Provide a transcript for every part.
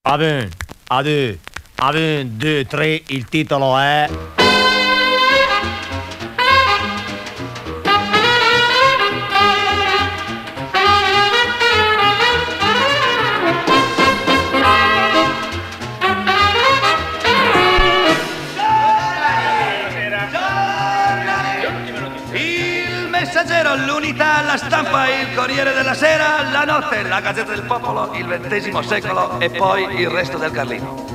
Un, due, tre, il titolo è... L'Unità, la Stampa, il Corriere della Sera, la Notte, la Gazzetta del Popolo, il XX secolo e poi il resto del Carlino.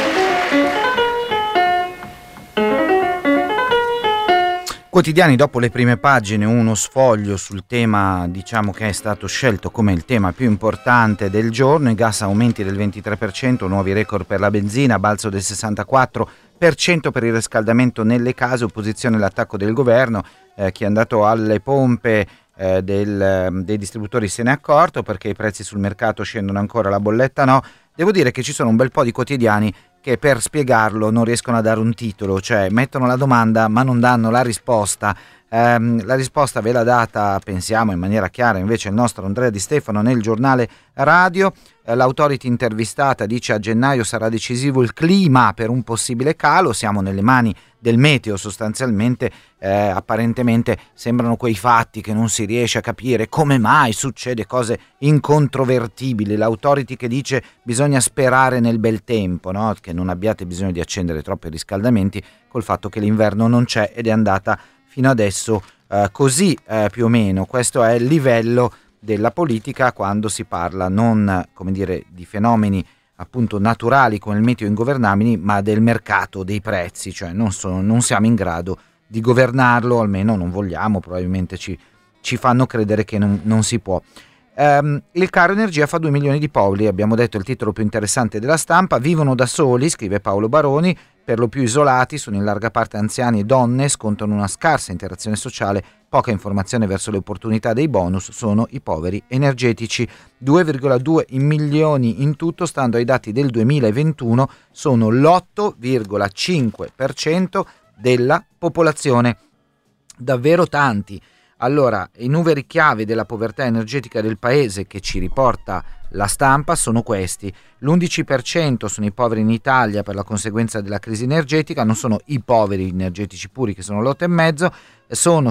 Quotidiani, dopo le prime pagine, uno sfoglio sul tema, diciamo, che è stato scelto come il tema più importante del giorno: i gas aumenti del 23%, nuovi record per la benzina, balzo del 64% per il riscaldamento nelle case, opposizione all'attacco del governo. Chi è andato alle pompe dei distributori se n'è accorto, perché i prezzi sul mercato scendono ancora, la bolletta no. Devo dire che ci sono un bel po' di quotidiani che per spiegarlo non riescono a dare un titolo, cioè mettono la domanda ma non danno la risposta. La risposta ve l'ha data, pensiamo, in maniera chiara invece il nostro Andrea Di Stefano nel giornale radio. L'autority intervistata dice: a gennaio sarà decisivo il clima per un possibile calo, siamo nelle mani del meteo sostanzialmente. Apparentemente sembrano quei fatti che non si riesce a capire come mai succede cose incontrovertibili. L'autority che dice bisogna sperare nel bel tempo, no? Che non abbiate bisogno di accendere troppi riscaldamenti, col fatto che l'inverno non c'è ed è andata fino adesso così più o meno. Questo è il livello della politica quando si parla non, come dire, di fenomeni appunto naturali come il meteo ingovernabili, ma del mercato dei prezzi, cioè non siamo in grado di governarlo, almeno non vogliamo, probabilmente ci fanno credere che non si può. Il caro energia fa 2 milioni di poveri, abbiamo detto il titolo più interessante della Stampa. Vivono da soli, scrive Paolo Baroni, per lo più isolati, sono in larga parte anziani e donne, scontano una scarsa interazione sociale, poca informazione verso le opportunità dei bonus, sono i poveri energetici. 2,2 milioni in tutto, stando ai dati del 2021, sono l'8,5% della popolazione. Davvero tanti. Allora, i numeri chiave della povertà energetica del paese che ci riporta la Stampa sono questi: l'11% sono i poveri in Italia per la conseguenza della crisi energetica, non sono i poveri energetici puri che sono l'8,5%, sono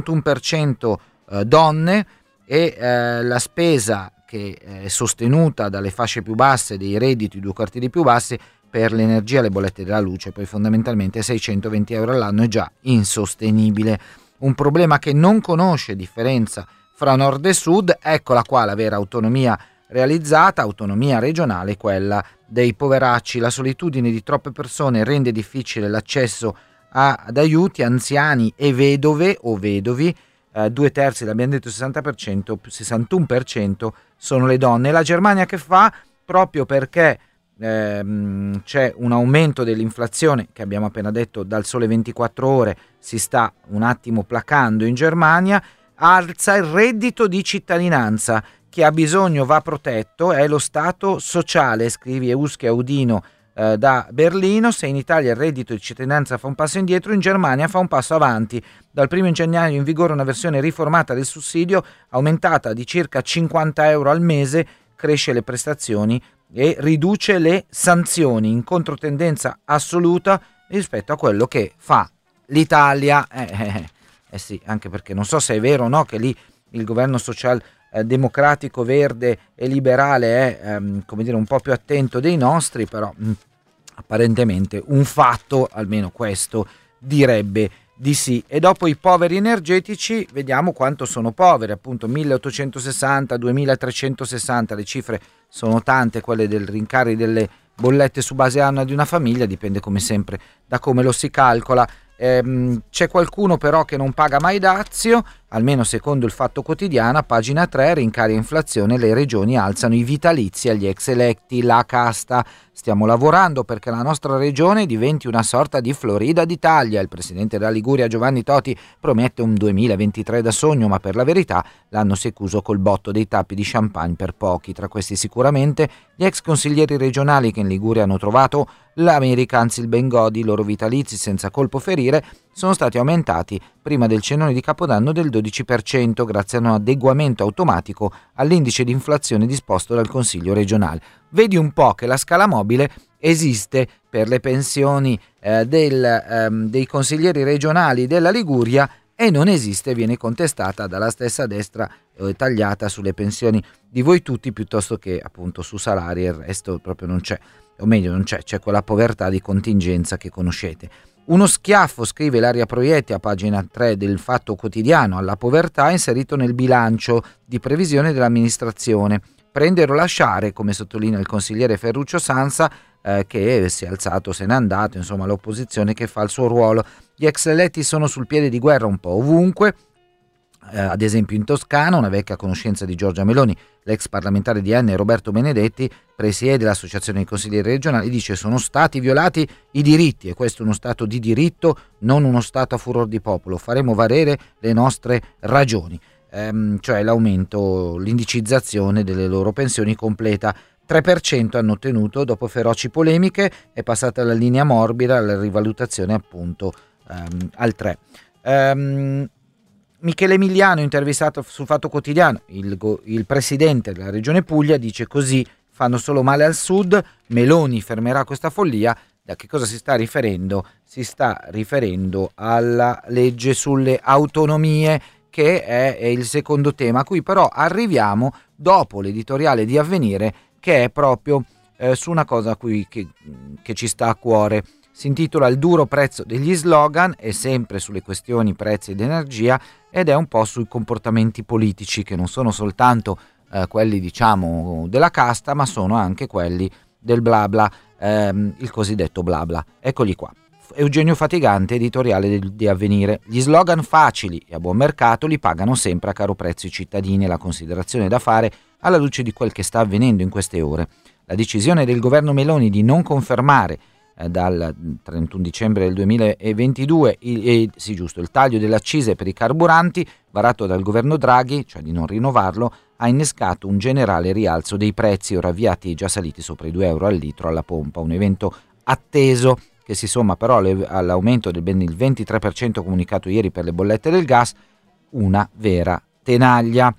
61% donne e la spesa che è sostenuta dalle fasce più basse dei redditi, 2 quartili più bassi, per l'energia, le bollette della luce, poi fondamentalmente 620 euro all'anno è già insostenibile. Un problema che non conosce differenza fra nord e sud. Eccola qua la vera autonomia realizzata, autonomia regionale, quella dei poveracci. La solitudine di troppe persone rende difficile l'accesso ad aiuti. Anziani e vedove o vedovi, 2/3, l'abbiamo detto 60%, 61% sono le donne. La Germania che fa? Proprio perché c'è un aumento dell'inflazione che abbiamo appena detto dal Sole 24 Ore, si sta un attimo placando in Germania, alza il reddito di cittadinanza. Chi ha bisogno va protetto, è lo Stato sociale, scrive Euske Audino da Berlino. Se in Italia il reddito di cittadinanza fa un passo indietro, in Germania fa un passo avanti. Dal 1 gennaio in vigore una versione riformata del sussidio, aumentata di circa 50 euro al mese, cresce le prestazioni e riduce le sanzioni, in controtendenza assoluta rispetto a quello che fa l'Italia. Sì, anche perché non so se è vero o no che lì il governo social democratico, verde e liberale è come dire un po' più attento dei nostri, però apparentemente un fatto, almeno questo direbbe di sì. E dopo i poveri energetici vediamo quanto sono poveri, appunto 1860, 2360, le cifre sono tante, quelle del rincari delle bollette su base annua di una famiglia, dipende come sempre da come lo si calcola. C'è qualcuno però che non paga mai dazio, almeno secondo il Fatto Quotidiano, pagina 3, rincari e inflazione, le regioni alzano i vitalizi agli ex eletti, la casta. Stiamo lavorando perché la nostra regione diventi una sorta di Florida d'Italia. Il presidente della Liguria Giovanni Toti promette un 2023 da sogno, ma per la verità l'anno si è chiuso col botto dei tappi di champagne per pochi, tra questi sicuramente gli ex consiglieri regionali che in Liguria hanno trovato l'America, anzi il Bengodi. I loro vitalizi senza colpo ferire sono stati aumentati prima del cenone di Capodanno del 12% grazie a un adeguamento automatico all'indice di inflazione disposto dal Consiglio regionale. Vedi un po' che la scala mobile esiste per le pensioni dei consiglieri regionali della Liguria e non esiste, viene contestata dalla stessa destra tagliata sulle pensioni di voi tutti piuttosto che appunto su salari, e il resto proprio non c'è, o meglio non c'è quella povertà di contingenza che conoscete. Uno schiaffo, scrive Ilaria Proietti a pagina 3 del Fatto Quotidiano, alla povertà inserito nel bilancio di previsione dell'amministrazione. Prendere o lasciare, come sottolinea il consigliere Ferruccio Sansa, che si è alzato, se n'è andato, insomma l'opposizione che fa il suo ruolo. Gli ex eletti sono sul piede di guerra un po' ovunque, ad esempio in Toscana, una vecchia conoscenza di Giorgia Meloni, l'ex parlamentare di Enna Roberto Benedetti, presiede l'Associazione dei Consiglieri Regionali, dice sono stati violati i diritti e questo è uno Stato di diritto, non uno Stato a furor di popolo, faremo valere le nostre ragioni, cioè l'aumento, l'indicizzazione delle loro pensioni completa. 3% hanno ottenuto dopo feroci polemiche, è passata la linea morbida alla rivalutazione appunto al 3%. Michele Emiliano, intervistato sul Fatto Quotidiano, il presidente della regione Puglia, dice così fanno solo male al sud, Meloni fermerà questa follia. Da che cosa si sta riferendo? Si sta riferendo alla legge sulle autonomie, che è il secondo tema, a cui però arriviamo dopo l'editoriale di Avvenire, che è proprio su una cosa che ci sta a cuore. Si intitola Il duro prezzo degli slogan, è sempre sulle questioni prezzi ed energia ed è un po' sui comportamenti politici che non sono soltanto quelli diciamo della casta, ma sono anche quelli del bla bla, il cosiddetto bla bla. Eccoli qua. Eugenio Fatigante, editoriale di Avvenire. Gli slogan facili e a buon mercato li pagano sempre a caro prezzo i cittadini, la considerazione da fare alla luce di quel che sta avvenendo in queste ore. La decisione del governo Meloni di non confermare dal 31 dicembre del 2022 il taglio delle accise per i carburanti varato dal governo Draghi, cioè di non rinnovarlo, ha innescato un generale rialzo dei prezzi, ora avviati e già saliti sopra i 2 euro al litro alla pompa, un evento atteso che si somma però all'aumento del ben il 23% comunicato ieri per le bollette del gas, una vera tenaglia.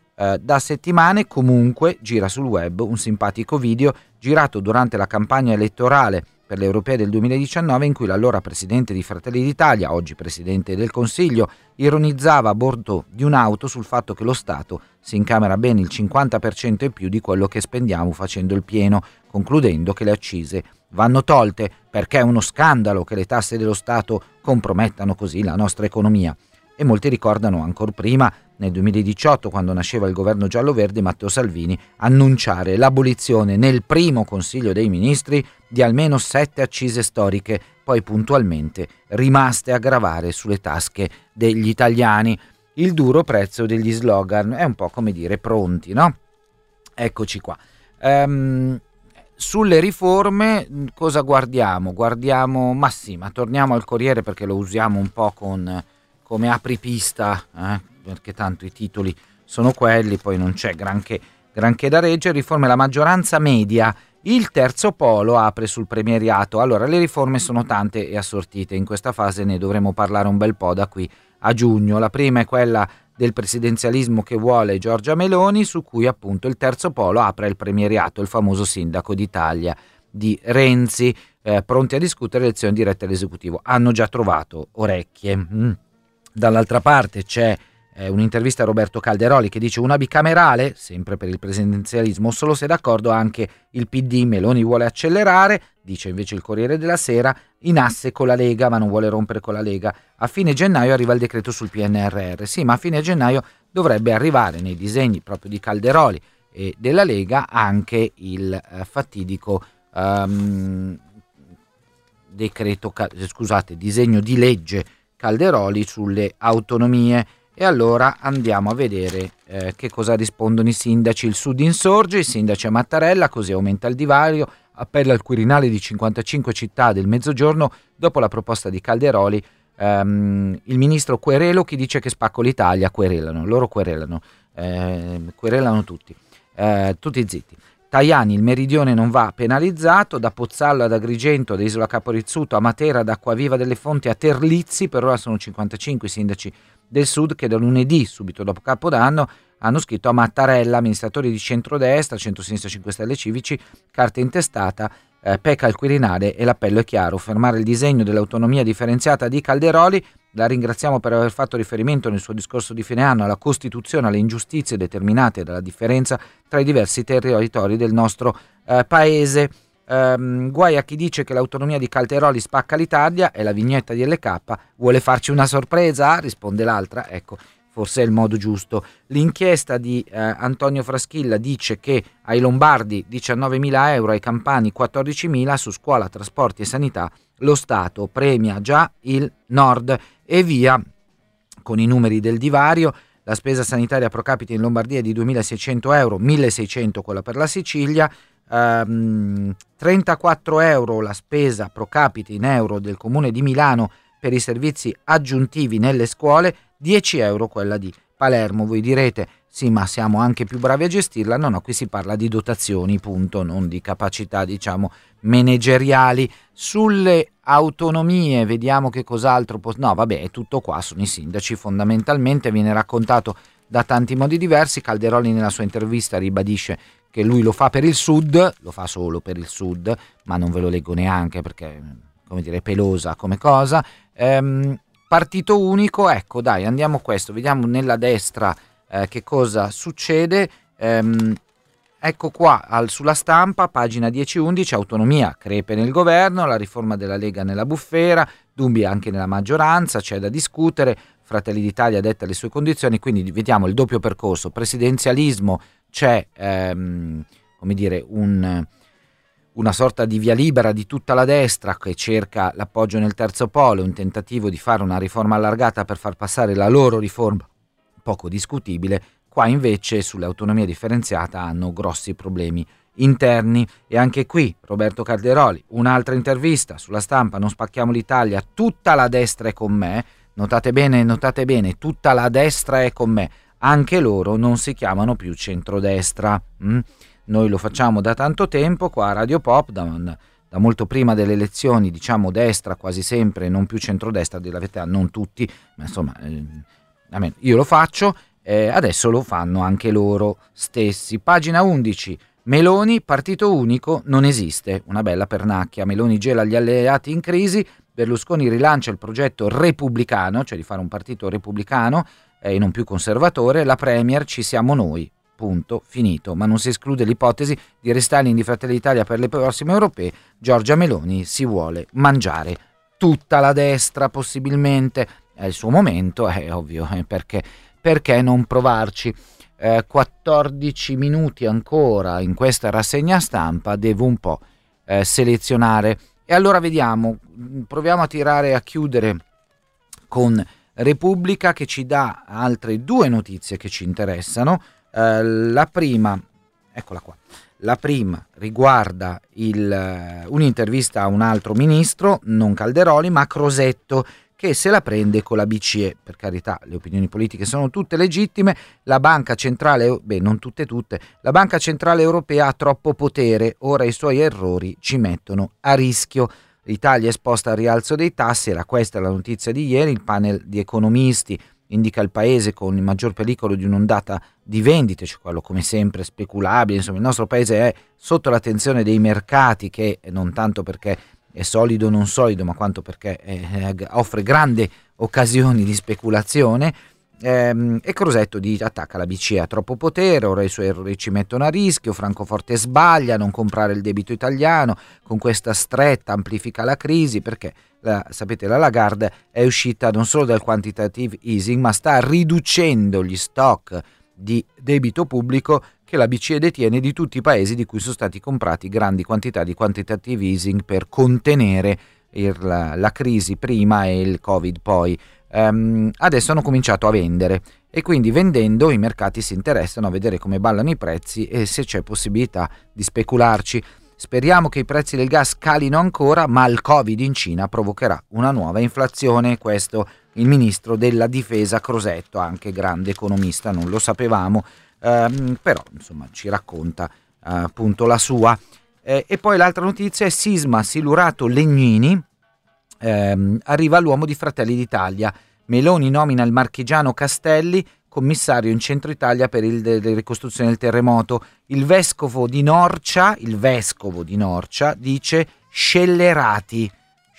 Da settimane comunque gira sul web un simpatico video girato durante la campagna elettorale per le europee del 2019 in cui l'allora presidente di Fratelli d'Italia, oggi presidente del Consiglio, ironizzava a bordo di un'auto sul fatto che lo Stato si incamera ben il 50% in più di quello che spendiamo facendo il pieno, concludendo che le accise vanno tolte perché è uno scandalo che le tasse dello Stato compromettano così la nostra economia. E molti ricordano ancor prima, nel 2018, quando nasceva il governo giallo-verde, Matteo Salvini annunciare l'abolizione nel primo Consiglio dei Ministri di almeno 7 accise storiche, poi puntualmente rimaste a gravare sulle tasche degli italiani. Il duro prezzo degli slogan è un po' come dire pronti, no? Eccoci qua. Sulle riforme cosa guardiamo? Ma torniamo al Corriere perché lo usiamo un po' come apripista, perché tanto i titoli sono quelli, poi non c'è granché da reggere. Riforme, la maggioranza media, il terzo polo apre sul premieriato. Allora, le riforme sono tante e assortite, in questa fase ne dovremo parlare un bel po' da qui a giugno. La prima è quella del presidenzialismo che vuole Giorgia Meloni, su cui appunto il terzo polo apre il premieriato, il famoso sindaco d'Italia di Renzi, pronti a discutere elezioni dirette all'esecutivo. Hanno già trovato orecchie. Dall'altra parte c'è un'intervista a Roberto Calderoli che dice una bicamerale, sempre per il presidenzialismo, solo se d'accordo anche il PD. Meloni vuole accelerare, dice invece il Corriere della Sera, in asse con la Lega, ma non vuole rompere con la Lega. A fine gennaio arriva il decreto sul PNRR. Sì, ma a fine gennaio dovrebbe arrivare nei disegni proprio di Calderoli e della Lega anche il fatidico disegno di legge Calderoli sulle autonomie. E allora andiamo a vedere che cosa rispondono i sindaci. Il Sud insorge, i sindaci a Mattarella, così aumenta il divario, appella al Quirinale di 55 città del Mezzogiorno dopo la proposta di Calderoli. Il ministro Querelo, chi dice che spacco l'Italia, querelano tutti zitti. Tajani, il meridione non va penalizzato, da Pozzallo ad Agrigento, da Isola Caporizzuto a Matera, da Acquaviva delle Fonti a Terlizzi, per ora sono 55 i sindaci del sud che da lunedì, subito dopo Capodanno, hanno scritto a Mattarella, amministratori di centrodestra, centrosinistra, 5 Stelle Civici, carta intestata, PEC al Quirinale e l'appello è chiaro: fermare il disegno dell'autonomia differenziata di Calderoli. La ringraziamo per aver fatto riferimento nel suo discorso di fine anno alla Costituzione, alle ingiustizie determinate dalla differenza tra i diversi territori del nostro paese. Guai a chi dice che l'autonomia di Calderoli spacca l'Italia, è la vignetta di LK, vuole farci una sorpresa? Risponde l'altra, ecco, forse è il modo giusto. L'inchiesta di Antonio Fraschilla dice che ai lombardi 19.000 euro, ai campani 14.000, su scuola, trasporti e sanità lo Stato premia già il nord, e via con i numeri del divario. La spesa sanitaria pro capite in Lombardia è di 2.600 euro, 1.600 quella per la Sicilia, 34 euro la spesa pro capite in euro del comune di Milano per i servizi aggiuntivi nelle scuole, 10 euro quella di Palermo. Voi direte, sì, ma siamo anche più bravi a gestirla. No, qui si parla di dotazioni, punto, non di capacità, diciamo, manageriali. Sulle autonomie vediamo che cos'altro no, vabbè, è tutto qua, sono i sindaci fondamentalmente, viene raccontato da tanti modi diversi. Calderoli nella sua intervista ribadisce che lui lo fa per il sud, lo fa solo per il sud, ma non ve lo leggo neanche perché, come dire, è pelosa come cosa. Partito unico, ecco, dai, andiamo a questo, vediamo nella destra che cosa succede. Ecco qua sulla Stampa, pagina 10-11, autonomia, crepe nel governo, la riforma della Lega nella bufera, dubbi anche nella maggioranza, c'è da discutere, Fratelli d'Italia detta le sue condizioni, quindi vediamo il doppio percorso, presidenzialismo, c'è come dire una sorta di via libera di tutta la destra che cerca l'appoggio nel terzo polo, un tentativo di fare una riforma allargata per far passare la loro riforma poco discutibile. Qua invece sull'autonomia differenziata hanno grossi problemi interni, e anche qui Roberto Calderoli, un'altra intervista sulla Stampa, non spacchiamo l'Italia, tutta la destra è con me, notate bene, tutta la destra è con me, anche loro non si chiamano più centrodestra. Noi lo facciamo da tanto tempo qua a Radio Pop, da molto prima delle elezioni, diciamo destra quasi sempre, non più centrodestra, di la verità non tutti, ma insomma io lo faccio, adesso lo fanno anche loro stessi. Pagina 11, Meloni, partito unico non esiste, una bella pernacchia. Meloni gela gli alleati in crisi, Berlusconi rilancia il progetto repubblicano, cioè di fare un partito repubblicano e non più conservatore, la Premier ci siamo noi. Punto, finito, ma non si esclude l'ipotesi di restyling di Fratelli d'Italia per le prossime europee. Giorgia Meloni si vuole mangiare tutta la destra possibilmente, è il suo momento, è ovvio, perché non provarci. 14 minuti ancora in questa rassegna stampa, devo un po' selezionare, e allora vediamo, proviamo a chiudere con Repubblica, che ci dà altre due notizie che ci interessano. La prima, eccola qua, la prima riguarda un'intervista a un altro ministro, non Calderoli ma Crosetto, che se la prende con la BCE. Per carità, le opinioni politiche sono tutte legittime, la banca centrale, non tutte, la banca centrale europea ha troppo potere, ora i suoi errori ci mettono a rischio. L'Italia è esposta al rialzo dei tassi, era questa la notizia di ieri, il panel di economisti indica il paese con il maggior pericolo di un'ondata di vendite, cioè quello come sempre speculabile. Insomma, il nostro paese è sotto l'attenzione dei mercati, che non tanto perché è solido o non solido, ma quanto perché offre grandi occasioni di speculazione. E Crosetto attacca la BCE, ha troppo potere, ora i suoi errori ci mettono a rischio, Francoforte sbaglia, non comprare il debito italiano, con questa stretta amplifica la crisi, perché sapete la Lagarde è uscita non solo dal quantitative easing, ma sta riducendo gli stock di debito pubblico che la BCE detiene di tutti i paesi di cui sono stati comprati grandi quantità di quantitative easing per contenere la crisi prima e il Covid poi. Adesso hanno cominciato a vendere, e quindi vendendo i mercati si interessano a vedere come ballano i prezzi e se c'è possibilità di specularci. Speriamo che i prezzi del gas calino ancora, ma il Covid in Cina provocherà una nuova inflazione. Questo il ministro della difesa Crosetto, anche grande economista, non lo sapevamo, però insomma ci racconta appunto la sua. E poi l'altra notizia è sisma silurato Legnini, arriva l'uomo di Fratelli d'Italia. Meloni nomina il marchigiano Castelli commissario in centro Italia per la ricostruzione del terremoto. Il vescovo di Norcia dice scellerati,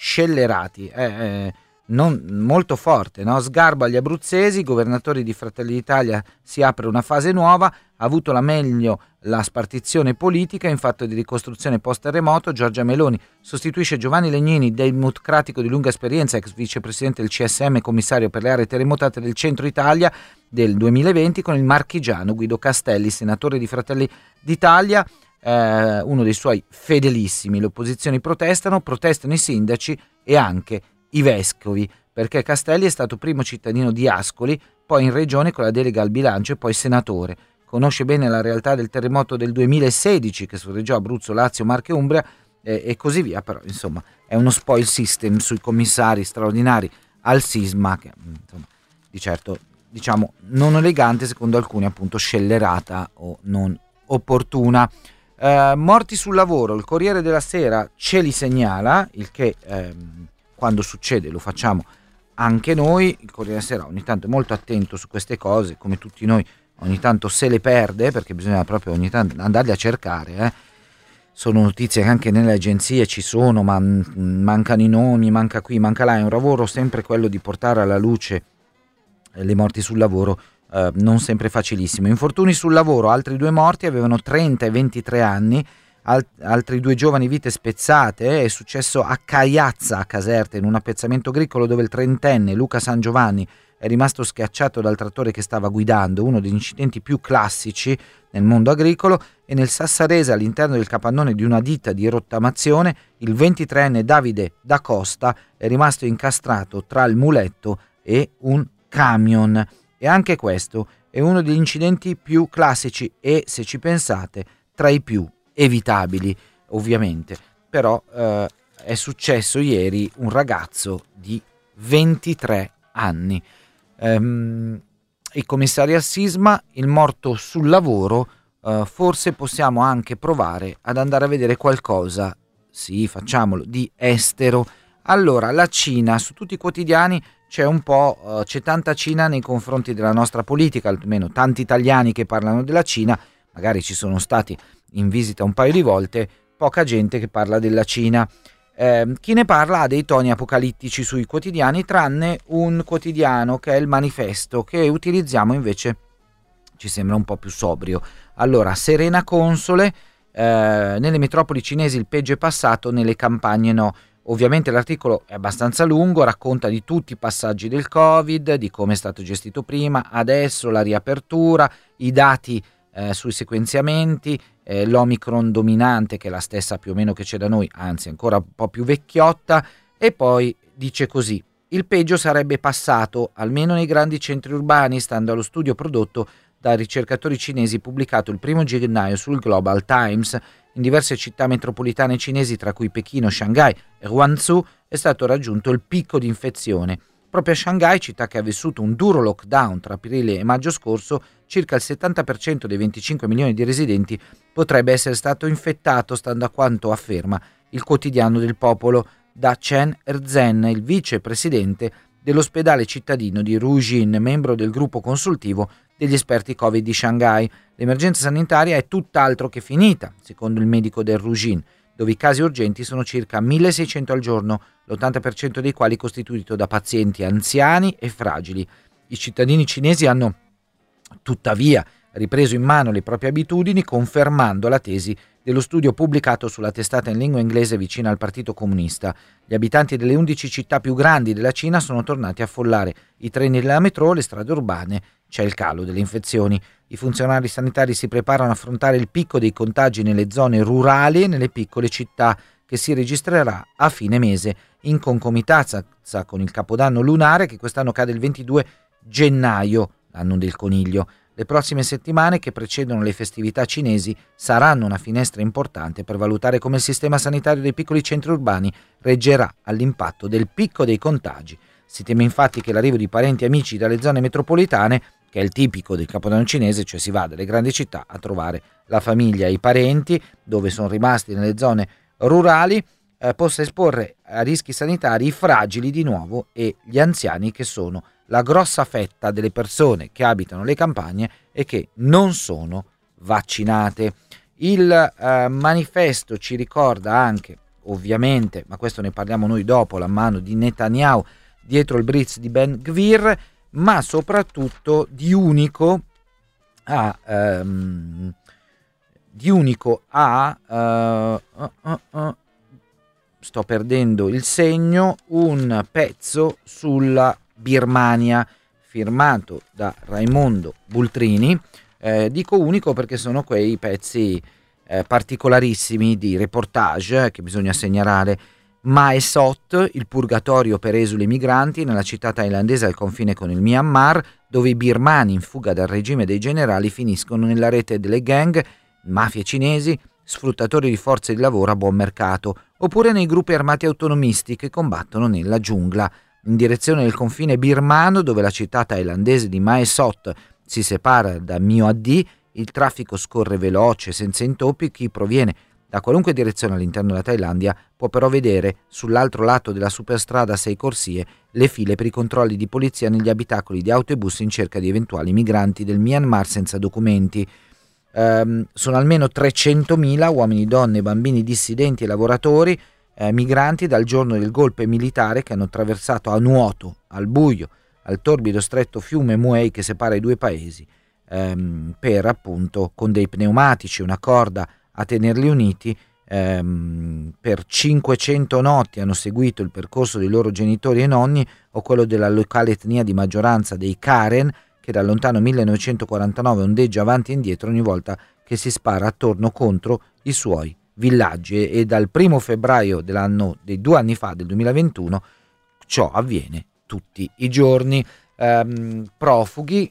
non, molto forte, no? Sgarbo agli abruzzesi, governatori di Fratelli d'Italia, si apre una fase nuova, ha avuto la meglio la spartizione politica in fatto di ricostruzione post-terremoto. Giorgia Meloni sostituisce Giovanni Legnini, democratico di lunga esperienza, ex vicepresidente del CSM, commissario per le aree terremotate del centro Italia del 2020, con il marchigiano Guido Castelli, senatore di Fratelli d'Italia, uno dei suoi fedelissimi. Le opposizioni protestano i sindaci e anche i vescovi, perché Castelli è stato primo cittadino di Ascoli, poi in regione con la delega al bilancio e poi senatore. Conosce bene la realtà del terremoto del 2016 che sorreggiò Abruzzo, Lazio, Marche e Umbria e così via, però insomma è uno spoil system sui commissari straordinari al sisma che insomma, di certo diciamo non elegante, secondo alcuni appunto scellerata o non opportuna. Morti sul lavoro, il Corriere della Sera ce li segnala, il che quando succede lo facciamo anche noi. Il Corriere della Sera ogni tanto è molto attento su queste cose, come tutti noi ogni tanto se le perde, perché bisogna proprio ogni tanto andarle a cercare. Sono notizie che anche nelle agenzie ci sono, ma mancano i nomi, manca qui, manca là. È un lavoro sempre quello di portare alla luce le morti sul lavoro, non sempre facilissimo. Infortuni sul lavoro, altri 2 morti, avevano 30 e 23 anni. Altri 2 giovani vite spezzate. È successo a Caiazza, a Caserta, in un appezzamento agricolo dove il 30enne Luca San Giovanni è rimasto schiacciato dal trattore che stava guidando, uno degli incidenti più classici nel mondo agricolo. E nel Sassarese, all'interno del capannone di una ditta di rottamazione, il 23enne Davide Da Costa è rimasto incastrato tra il muletto e un camion. E anche questo è uno degli incidenti più classici e, se ci pensate, tra i più evitabili, ovviamente. Però è successo ieri un ragazzo di 23 anni. I commissari al sisma, il morto sul lavoro, forse possiamo anche provare ad andare a vedere qualcosa, sì, facciamolo, di estero. Allora, la Cina, su tutti i quotidiani c'è tanta Cina nei confronti della nostra politica, almeno tanti italiani che parlano della Cina, magari ci sono stati in visita un paio di volte, poca gente che parla della Cina. Chi ne parla ha dei toni apocalittici sui quotidiani, tranne un quotidiano che è il Manifesto, che utilizziamo invece, ci sembra un po' più sobrio. Allora, Serena Console, nelle metropoli cinesi il peggio è passato, nelle campagne no. Ovviamente l'articolo è abbastanza lungo, racconta di tutti i passaggi del Covid, di come è stato gestito prima, adesso la riapertura, i dati sui sequenziamenti, l'Omicron dominante, che è la stessa più o meno che c'è da noi, anzi ancora un po' più vecchiotta, e poi dice così: il peggio sarebbe passato, almeno nei grandi centri urbani, stando allo studio prodotto da ricercatori cinesi pubblicato il 1 gennaio sul Global Times. In diverse città metropolitane cinesi, tra cui Pechino, Shanghai e Guangzhou, è stato raggiunto il picco di infezione. Proprio a Shanghai, città che ha vissuto un duro lockdown tra aprile e maggio scorso, circa il 70% dei 25 milioni di residenti potrebbe essere stato infettato, stando a quanto afferma il quotidiano del popolo, da Chen Erzhen, il vicepresidente dell'ospedale cittadino di Rujin, membro del gruppo consultivo degli esperti Covid di Shanghai. L'emergenza sanitaria è tutt'altro che finita, secondo il medico del Rujin, dove i casi urgenti sono circa 1600 al giorno, l'80% dei quali costituito da pazienti anziani e fragili. I cittadini cinesi hanno tuttavia ripreso in mano le proprie abitudini, confermando la tesi dello studio pubblicato sulla testata in lingua inglese vicina al Partito Comunista. Gli abitanti delle 11 città più grandi della Cina sono tornati a affollare i treni della metro, le strade urbane. C'è il calo delle infezioni. I funzionari sanitari si preparano a affrontare il picco dei contagi nelle zone rurali e nelle piccole città, che si registrerà a fine mese, in concomitanza con il Capodanno lunare, che quest'anno cade il 22 gennaio, l'anno del coniglio. Le prossime settimane che precedono le festività cinesi saranno una finestra importante per valutare come il sistema sanitario dei piccoli centri urbani reggerà all'impatto del picco dei contagi. Si teme infatti che l'arrivo di parenti e amici dalle zone metropolitane, che è il tipico del Capodanno cinese, cioè si va dalle grandi città a trovare la famiglia e i parenti, dove sono rimasti nelle zone rurali, possa esporre a rischi sanitari i fragili di nuovo e gli anziani, che sono la grossa fetta delle persone che abitano le campagne e che non sono vaccinate. Il manifesto ci ricorda anche, ovviamente, ma questo ne parliamo noi dopo, la mano di Netanyahu dietro il brizz di Ben Gvir, ma soprattutto di unico sto perdendo il segno, un pezzo sulla Birmania firmato da Raimondo Bultrini. Dico unico perché sono quei pezzi particolarissimi di reportage che bisogna segnalare. Mae Sot, il purgatorio per esuli migranti nella città thailandese al confine con il Myanmar, dove i birmani in fuga dal regime dei generali finiscono nella rete delle gang, mafie cinesi, sfruttatori di forze di lavoro a buon mercato, oppure nei gruppi armati autonomisti che combattono nella giungla. In direzione del confine birmano, dove la città thailandese di Mae Sot si separa da Myo Adi, il traffico scorre veloce, senza intoppi. Chi proviene da qualunque direzione all'interno della Thailandia può però vedere sull'altro lato della superstrada a 6 corsie le file per i controlli di polizia negli abitacoli di auto e bus in cerca di eventuali migranti del Myanmar senza documenti. Sono almeno 300.000 uomini, donne, bambini, dissidenti e lavoratori migranti dal giorno del golpe militare, che hanno attraversato a nuoto, al buio, al torbido stretto fiume Muei che separa i due paesi, per appunto, con dei pneumatici, una corda a tenerli uniti, per 500 notti hanno seguito il percorso dei loro genitori e nonni o quello della locale etnia di maggioranza dei Karen, che dal lontano 1949 ondeggia avanti e indietro ogni volta che si spara attorno contro i suoi villaggi, e dal 1 febbraio dei 2 anni fa, del 2021, ciò avviene tutti i giorni. Profughi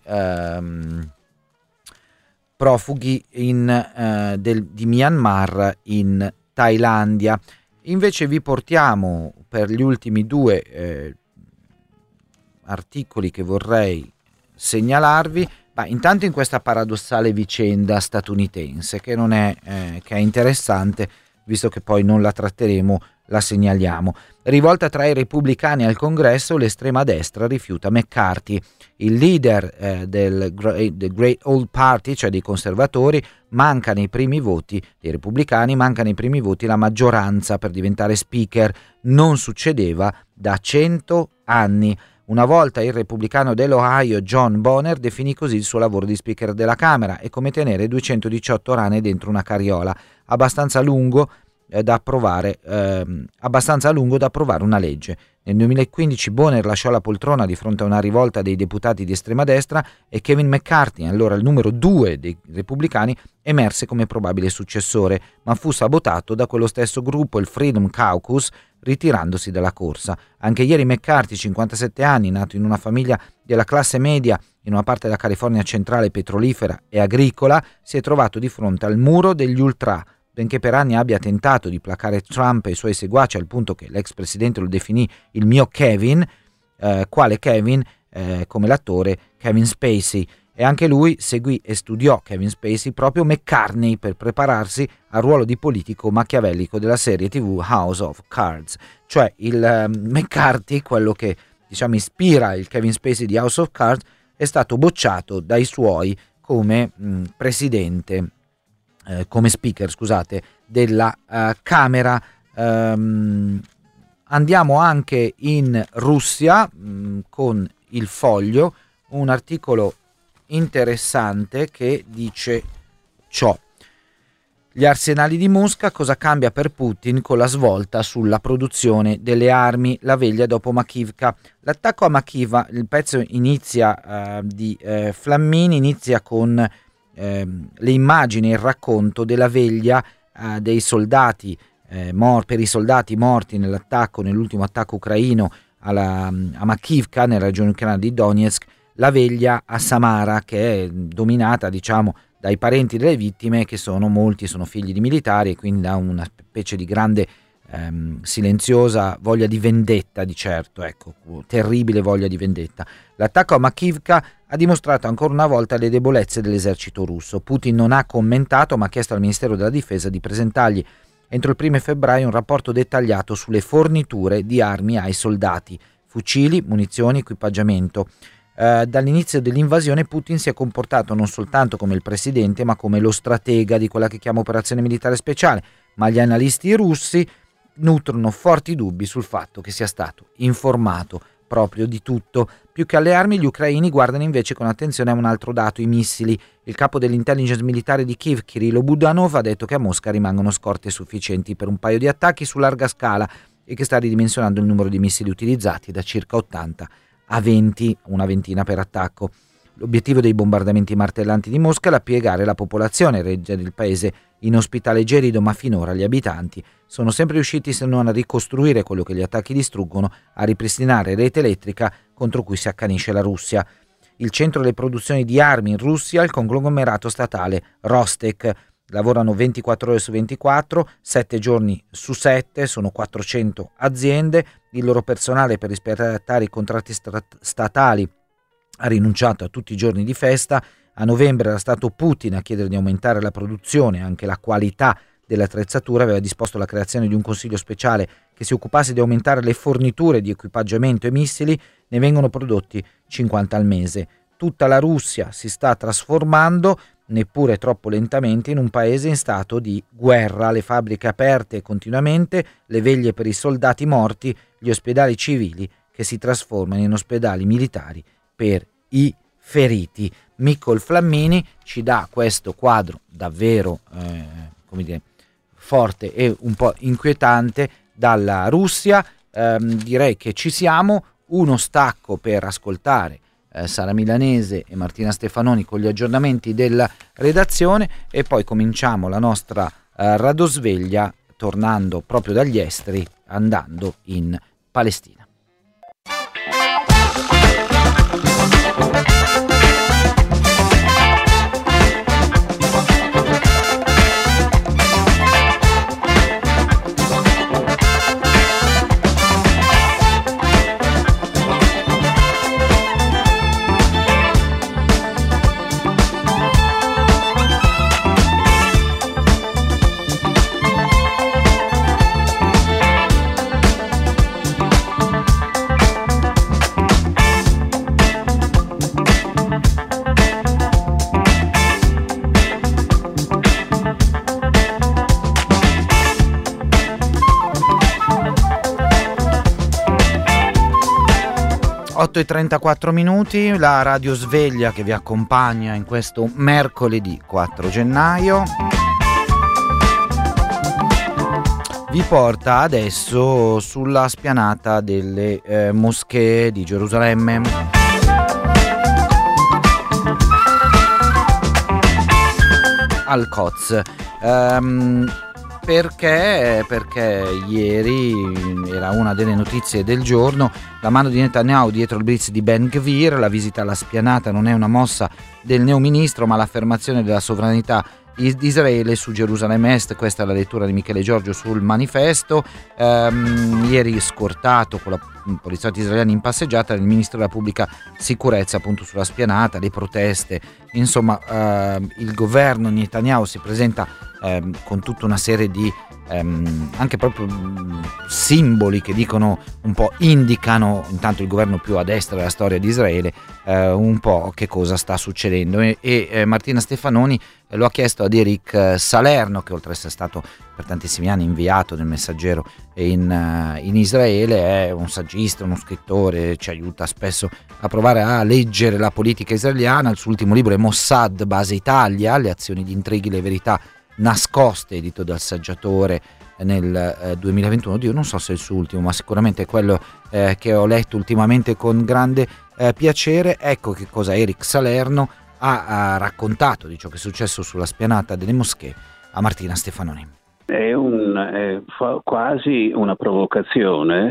di Myanmar in Thailandia. Invece vi portiamo per gli ultimi due articoli che vorrei segnalarvi, intanto in questa paradossale vicenda statunitense che non è che è interessante, visto che poi non la tratteremo, la segnaliamo. Rivolta tra i repubblicani al Congresso, l'estrema destra rifiuta McCarthy. Il leader del Great Old Party, cioè dei conservatori, manca nei primi voti, dei repubblicani, manca nei primi voti la maggioranza per diventare speaker. Non succedeva da 100 anni. Una volta il repubblicano dell'Ohio John Boehner definì così il suo lavoro di speaker della Camera: è come tenere 218 rane dentro una carriola, abbastanza lungo da approvare una legge. Nel 2015 Boehner lasciò la poltrona di fronte a una rivolta dei deputati di estrema destra e Kevin McCarthy, allora il numero 2 dei repubblicani, emerse come probabile successore, ma fu sabotato da quello stesso gruppo, il Freedom Caucus, ritirandosi dalla corsa. Anche ieri McCarthy, 57 anni, nato in una famiglia della classe media in una parte della California centrale petrolifera e agricola, si è trovato di fronte al muro degli ultra. Benché per anni abbia tentato di placare Trump e i suoi seguaci, al punto che l'ex presidente lo definì il mio Kevin, quale Kevin? Come l'attore Kevin Spacey. E anche lui seguì e studiò Kevin Spacey, proprio McCartney, per prepararsi al ruolo di politico machiavellico della serie TV House of Cards. Cioè il McCarthy, quello che ispira il Kevin Spacey di House of Cards, è stato bocciato dai suoi come presidente, come speaker, della Camera. Andiamo anche in Russia con il Foglio, un articolo interessante che dice ciò: gli arsenali di Mosca, cosa cambia per Putin con la svolta sulla produzione delle armi, la veglia dopo Makivka. L'attacco a Makivka, il pezzo inizia di Flammini, inizia con le immagini e il racconto della veglia dei soldati per i soldati morti nell'ultimo attacco ucraino a Makivka, nella regione ucraina di Donetsk, la veglia a Samara, che è dominata dai parenti delle vittime, che molti sono figli di militari, e quindi da una specie di grande silenziosa voglia di vendetta, di certo, ecco, terribile voglia di vendetta. L'attacco a Makivka ha dimostrato ancora una volta le debolezze dell'esercito russo. Putin non ha commentato, ma ha chiesto al Ministero della Difesa di presentargli entro il 1 febbraio un rapporto dettagliato sulle forniture di armi ai soldati, fucili, munizioni, equipaggiamento. Dall'inizio dell'invasione Putin si è comportato non soltanto come il presidente, ma come lo stratega di quella che chiama operazione militare speciale, ma gli analisti russi nutrono forti dubbi sul fatto che sia stato informato proprio di tutto. Più che alle armi, gli ucraini guardano invece con attenzione a un altro dato, i missili. Il capo dell'intelligence militare di Kiev, Kirilo Budanov, ha detto che a Mosca rimangono scorte sufficienti per un paio di attacchi su larga scala e che sta ridimensionando il numero di missili utilizzati da circa 80 a 20, una ventina per attacco. L'obiettivo dei bombardamenti martellanti di Mosca è la piegare la popolazione, reggere il paese inospitale e gelido, ma finora gli abitanti sono sempre riusciti, se non a ricostruire quello che gli attacchi distruggono, a ripristinare rete elettrica contro cui si accanisce la Russia. Il centro delle produzioni di armi in Russia è il conglomerato statale Rostek. Lavorano 24 ore su 24, 7 giorni su 7, sono 400 aziende. Il loro personale, per rispettare i contratti statali, ha rinunciato a tutti i giorni di festa. A novembre era stato Putin a chiedere di aumentare la produzione e anche la qualità dell'attrezzatura. Aveva disposto la creazione di un consiglio speciale che si occupasse di aumentare le forniture di equipaggiamento e missili. Ne vengono prodotti 50 al mese. Tutta la Russia si sta trasformando, neppure troppo lentamente, in un paese in stato di guerra. Le fabbriche aperte continuamente, le veglie per i soldati morti, gli ospedali civili che si trasformano in ospedali militari per i feriti. Miccol Flammini ci dà questo quadro davvero forte e un po' inquietante dalla Russia. Direi che ci siamo. Uno stacco per ascoltare Sara Milanese e Martina Stefanoni con gli aggiornamenti della redazione e poi cominciamo la nostra radosveglia tornando proprio dagli esteri, andando in Palestina. E 34 minuti, la radio sveglia che vi accompagna in questo mercoledì 4 gennaio vi porta adesso sulla spianata delle moschee di Gerusalemme. Al-Quds. Perché ieri era una delle notizie del giorno, la mano di Netanyahu dietro il blitz di Ben Gvir. La visita alla spianata non è una mossa del neoministro, ma l'affermazione della sovranità di Israele su Gerusalemme Est. Questa è la lettura di Michele Giorgio sul Manifesto. Ieri scortato con i poliziotti israeliani in passeggiata il ministro della pubblica sicurezza appunto sulla spianata, le proteste, insomma il governo Netanyahu si presenta con tutta una serie di anche proprio simboli che dicono un po', indicano intanto il governo più a destra della storia di Israele, un po' che cosa sta succedendo e Martina Stefanoni lo ha chiesto ad Eric Salerno, che oltre ad essere stato per tantissimi anni inviato del Messaggero in Israele, è un saggista, uno scrittore, ci aiuta spesso a provare a leggere la politica israeliana. Il suo ultimo libro è Mossad, base Italia, le azioni di intrighi, le verità nascoste, edito dal Saggiatore nel 2021. Io non so se è il suo ultimo, ma sicuramente è quello che ho letto ultimamente con grande piacere. Ecco che cosa Eric Salerno ha raccontato di ciò che è successo sulla spianata delle moschee a Martina Stefanoni. È quasi una provocazione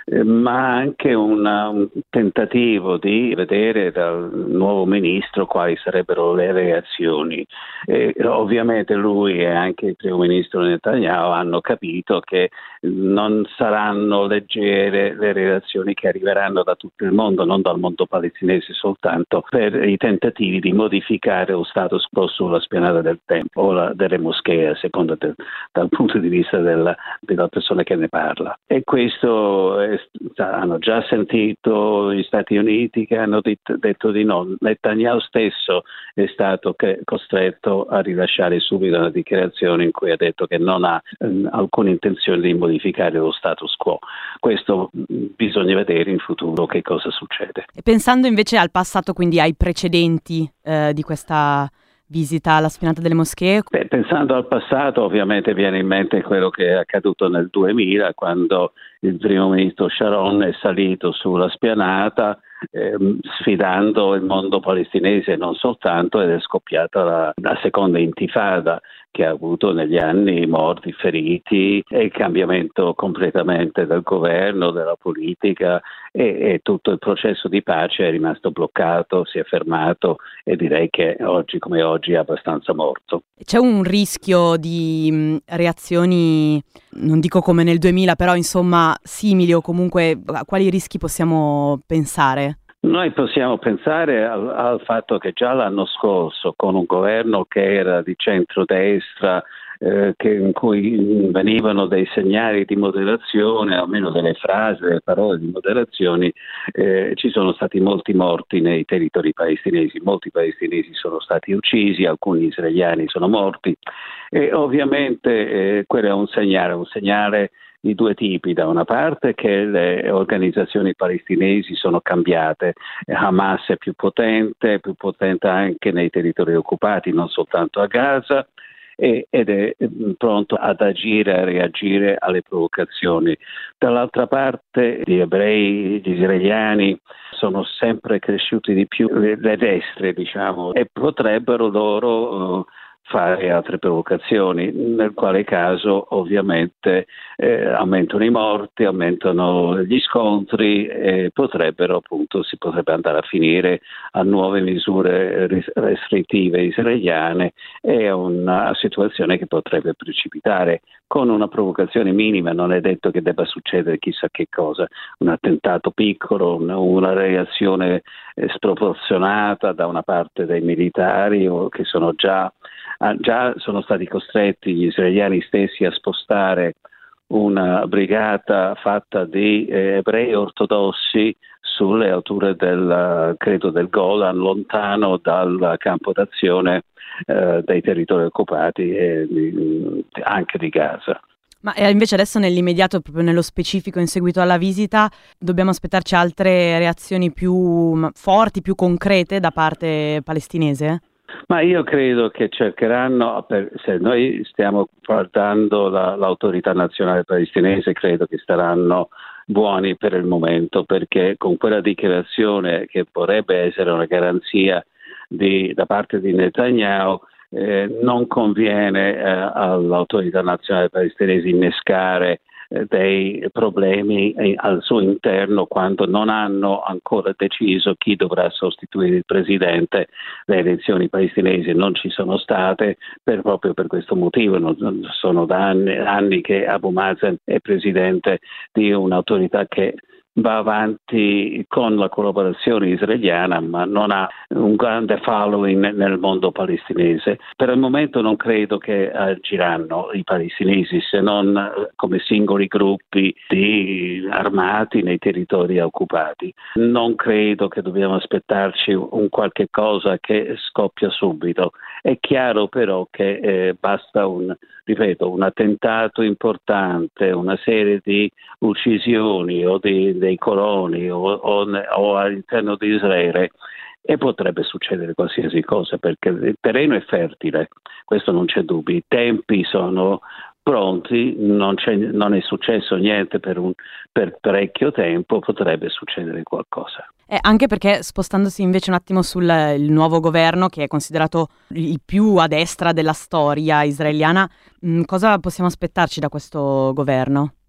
ma anche un tentativo di vedere dal nuovo ministro quali sarebbero le reazioni. Ovviamente lui e anche il primo ministro Netanyahu hanno capito che non saranno leggere le reazioni che arriveranno da tutto il mondo, non dal mondo palestinese soltanto, per i tentativi di modificare lo status quo sulla spianata del Tempio o delle moschee, a seconda dal punto di vista della persona che ne parla. E questo hanno già sentito gli Stati Uniti che hanno detto di no. Netanyahu stesso è stato costretto a rilasciare subito una dichiarazione in cui ha detto che non ha alcuna intenzione di modificare lo status quo. Questo bisogna vedere in futuro che cosa succede. E pensando invece al passato, quindi ai precedenti di questa visita alla spianata delle moschee? Pensando al passato, ovviamente viene in mente quello che è accaduto nel 2000, quando il primo ministro Sharon è salito sulla spianata sfidando il mondo palestinese non soltanto, ed è scoppiata la seconda intifada, che ha avuto negli anni morti, feriti e il cambiamento completamente del governo, della politica, e tutto il processo di pace è rimasto bloccato, si è fermato, e direi che oggi come oggi è abbastanza morto. C'è un rischio di reazioni, non dico come nel 2000, però insomma simili, o comunque a quali rischi possiamo pensare? Noi possiamo pensare al fatto che già l'anno scorso, con un governo che era di centrodestra, in cui venivano dei segnali di moderazione, almeno delle frasi, delle parole di moderazione, ci sono stati molti morti nei territori palestinesi, molti palestinesi sono stati uccisi, alcuni israeliani sono morti, e ovviamente quello è un segnale di due tipi: da una parte che le organizzazioni palestinesi sono cambiate, Hamas è più potente anche nei territori occupati, non soltanto a Gaza, ed è pronto ad agire, a reagire alle provocazioni. Dall'altra parte gli ebrei, gli israeliani sono sempre cresciuti di più, le destre diciamo, e potrebbero loro fare altre provocazioni, nel quale caso ovviamente aumentano i morti, aumentano gli scontri e si potrebbe andare a finire a nuove misure restrittive israeliane, e a una situazione che potrebbe precipitare con una provocazione minima. Non è detto che debba succedere chissà che cosa, un attentato piccolo, una reazione sproporzionata da una parte dei militari, o che già sono stati costretti gli israeliani stessi a spostare una brigata fatta di ebrei ortodossi sulle alture del Golan, lontano dal campo d'azione dei territori occupati e anche di Gaza. Ma invece adesso nell'immediato, proprio nello specifico, in seguito alla visita, dobbiamo aspettarci altre reazioni più forti, più concrete da parte palestinese? Ma io credo che cercheranno, se noi stiamo guardando l'autorità nazionale palestinese, credo che saranno buoni per il momento, perché con quella dichiarazione, che vorrebbe essere una garanzia da parte di Netanyahu, non conviene all'autorità nazionale palestinese innescare dei problemi al suo interno quando non hanno ancora deciso chi dovrà sostituire il presidente. Le elezioni palestinesi non ci sono state proprio per questo motivo. Sono da anni che Abu Mazen è presidente di un'autorità che va avanti con la collaborazione israeliana, ma non ha un grande following nel mondo palestinese. Per il momento non credo che agiranno i palestinesi, se non come singoli gruppi di armati nei territori occupati. Non credo che dobbiamo aspettarci un qualche cosa che scoppia subito. È chiaro però che basta un attentato importante, una serie di uccisioni o dei coloni o all'interno di Israele, e potrebbe succedere qualsiasi cosa, perché il terreno è fertile, questo non c'è dubbio, i tempi sono pronti, non è successo niente per parecchio tempo, potrebbe succedere qualcosa. Anche perché, spostandosi invece un attimo sul il nuovo governo, che è considerato il più a destra della storia israeliana, cosa possiamo aspettarci da questo governo?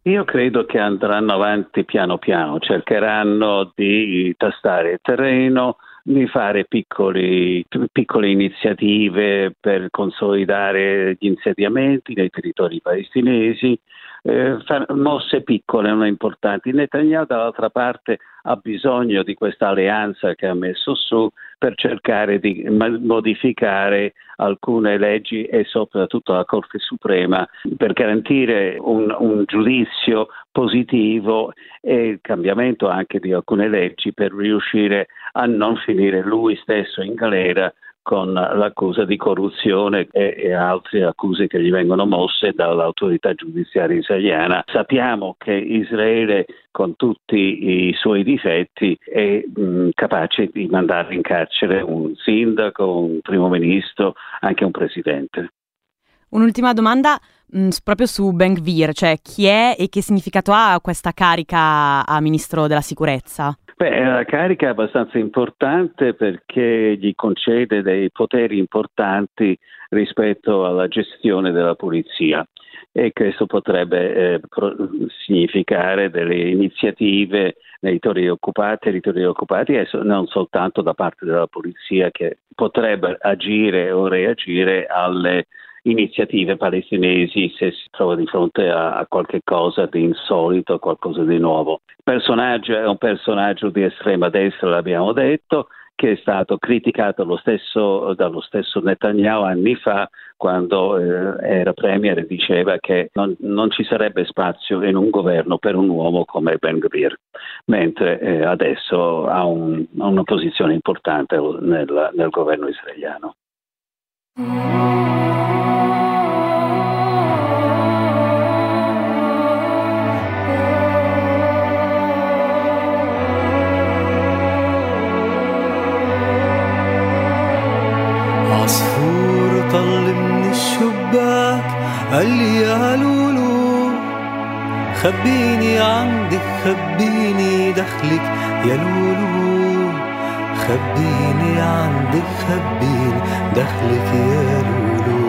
Io credo che andranno avanti piano piano, cercheranno di tastare il terreno, di fare piccole iniziative per consolidare gli insediamenti nei territori palestinesi, mosse piccole ma importanti. Netanyahu dall'altra parte ha bisogno di questa alleanza che ha messo su per cercare di modificare alcune leggi e soprattutto la Corte Suprema per garantire un giudizio positivo e il cambiamento anche di alcune leggi per riuscire a non finire lui stesso in galera con l'accusa di corruzione e altre accuse che gli vengono mosse dall'autorità giudiziaria israeliana. Sappiamo che Israele, con tutti i suoi difetti, è capace di mandare in carcere un sindaco, un primo ministro, anche un presidente. Un'ultima domanda proprio su Ben Gvir, cioè chi è e che significato ha questa carica a ministro della sicurezza? La carica è abbastanza importante perché gli concede dei poteri importanti rispetto alla gestione della polizia e questo potrebbe significare delle iniziative nei territori occupati e non soltanto da parte della polizia che potrebbe agire o reagire alle iniziative palestinesi se si trova di fronte a qualche cosa di insolito, qualcosa di nuovo. Il personaggio è un personaggio di estrema destra, l'abbiamo detto, che è stato criticato dallo stesso Netanyahu anni fa quando era premier e diceva che non ci sarebbe spazio in un governo per un uomo come Ben Gvir, mentre adesso ha una posizione importante nel governo israeliano. عصفور طل من الشباك قال لي يا لولو خبيني عندك خبيني دخلك يا لولو خبيني عندك خبيني دخلك يا لولو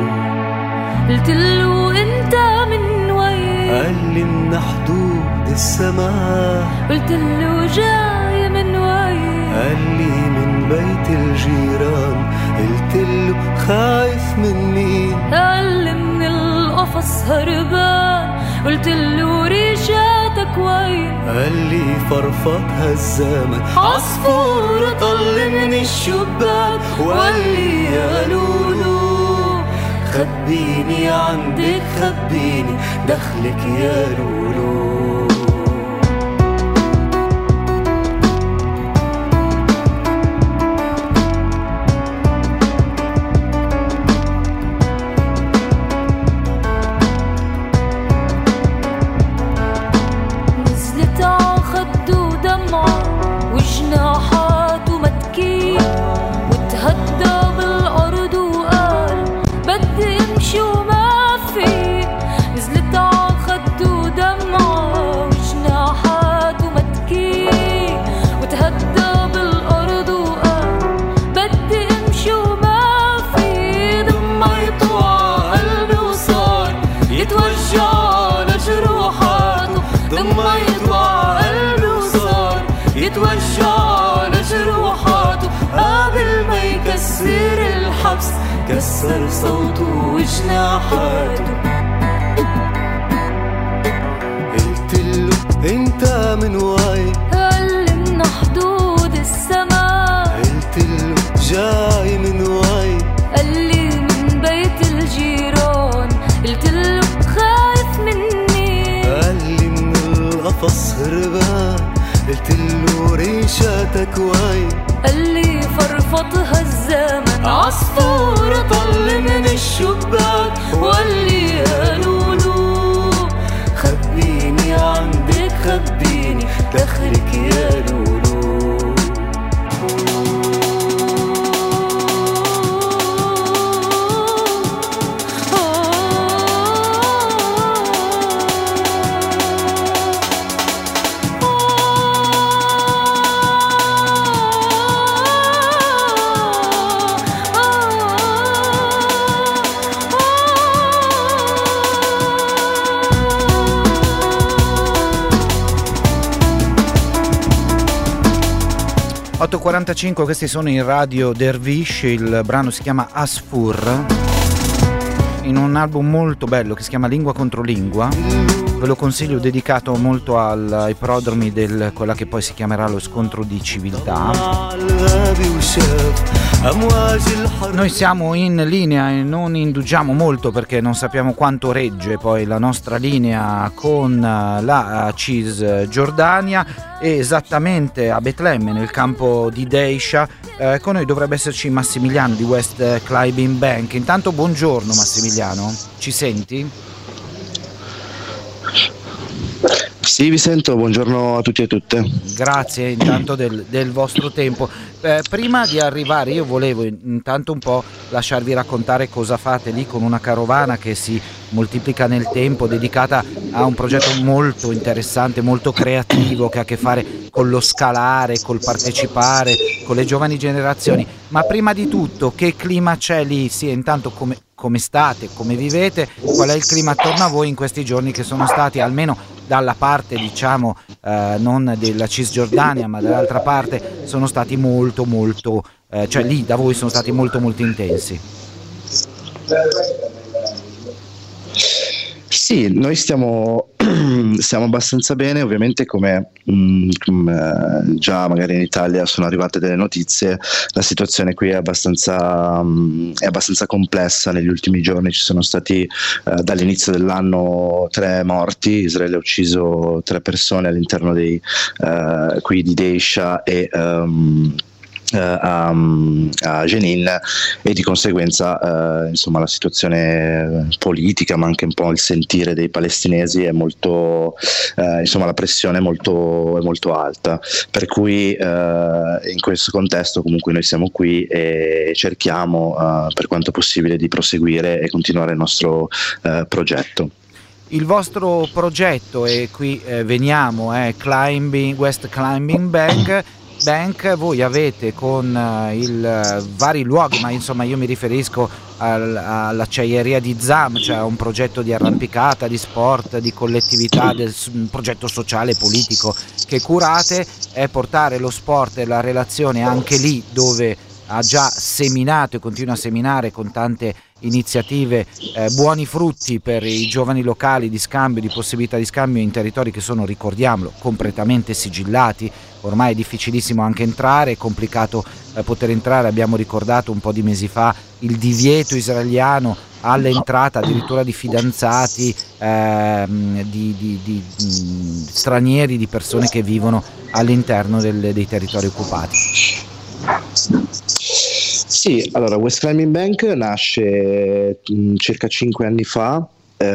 قلتلو انت من وين قال لي من حدود السماء قلتلو جاي من وين قال لي من بيت الجيران قلتله خايف مني قال لي من القفص هربان قلتله ريشاتك وين قال لي فرفضها الزمن عصفور طل من الشباك وقال لي يا لولو خبيني عندك خبيني دخلك يا لولو كسر صوته وجناحاته قلتله انت من وين قال لي من حدود السماء قلتله جاي من وين قال لي من بيت الجيران قلتله خايف مني قال لي من القفص هربان قلتله ريشاتك وين قال لي فرفضها الزمن عصفور طل من الشباك وقال لي يا لولو خبيني عندك خبيني دخلك يا لولو 8:45, questi sono in Radio Dervish, il brano si chiama Asfur, in un album molto bello che si chiama Lingua contro Lingua, ve lo consiglio, dedicato molto ai prodromi di quella che poi si chiamerà lo scontro di civiltà. Noi siamo in linea e non indugiamo molto perché non sappiamo quanto regge poi la nostra linea con la Cisgiordania, e esattamente a Betlemme, nel campo di Deisha, con noi dovrebbe esserci Massimiliano di West Climbing Bank. Intanto buongiorno Massimiliano, ci senti? Sì, vi sento, buongiorno a tutti e a tutte. Grazie intanto del vostro tempo. Prima di arrivare io volevo intanto un po' lasciarvi raccontare cosa fate lì con una carovana che si moltiplica nel tempo, dedicata a un progetto molto interessante, molto creativo, che ha a che fare con lo scalare, col partecipare, con le giovani generazioni. Ma prima di tutto, che clima c'è lì? Sì, intanto come state, come vivete, qual è il clima attorno a voi in questi giorni che sono stati, almeno dalla parte diciamo non della Cisgiordania ma dall'altra parte, sono stati molto cioè lì da voi sono stati molto intensi. Sì, noi stiamo abbastanza bene, ovviamente come già magari in Italia sono arrivate delle notizie, la situazione qui è abbastanza complessa. Negli ultimi giorni ci sono stati dall'inizio dell'anno 3 morti, Israele ha ucciso 3 persone all'interno qui di Deisha e a Jenin, e di conseguenza insomma la situazione politica ma anche un po' il sentire dei palestinesi è molto insomma la pressione è molto alta, per cui in questo contesto comunque noi siamo qui e cerchiamo per quanto possibile di proseguire e continuare il nostro progetto. Il vostro progetto, e qui veniamo, è West Climbing Bank. Voi avete con vari luoghi, ma insomma io mi riferisco all'acciaieria di Zam, cioè un progetto di arrampicata, di sport, di collettività, un progetto sociale e politico che curate, è portare lo sport e la relazione anche lì dove ha già seminato e continua a seminare con tante iniziative buoni frutti per i giovani locali, di scambio, di possibilità di scambio in territori che sono, ricordiamolo, completamente sigillati. Ormai è difficilissimo anche entrare, è complicato poter entrare. Abbiamo ricordato un po' di mesi fa il divieto israeliano all'entrata addirittura di fidanzati, di stranieri, di persone che vivono all'interno dei territori occupati. Sì, allora West Climbing Bank nasce circa 5 anni fa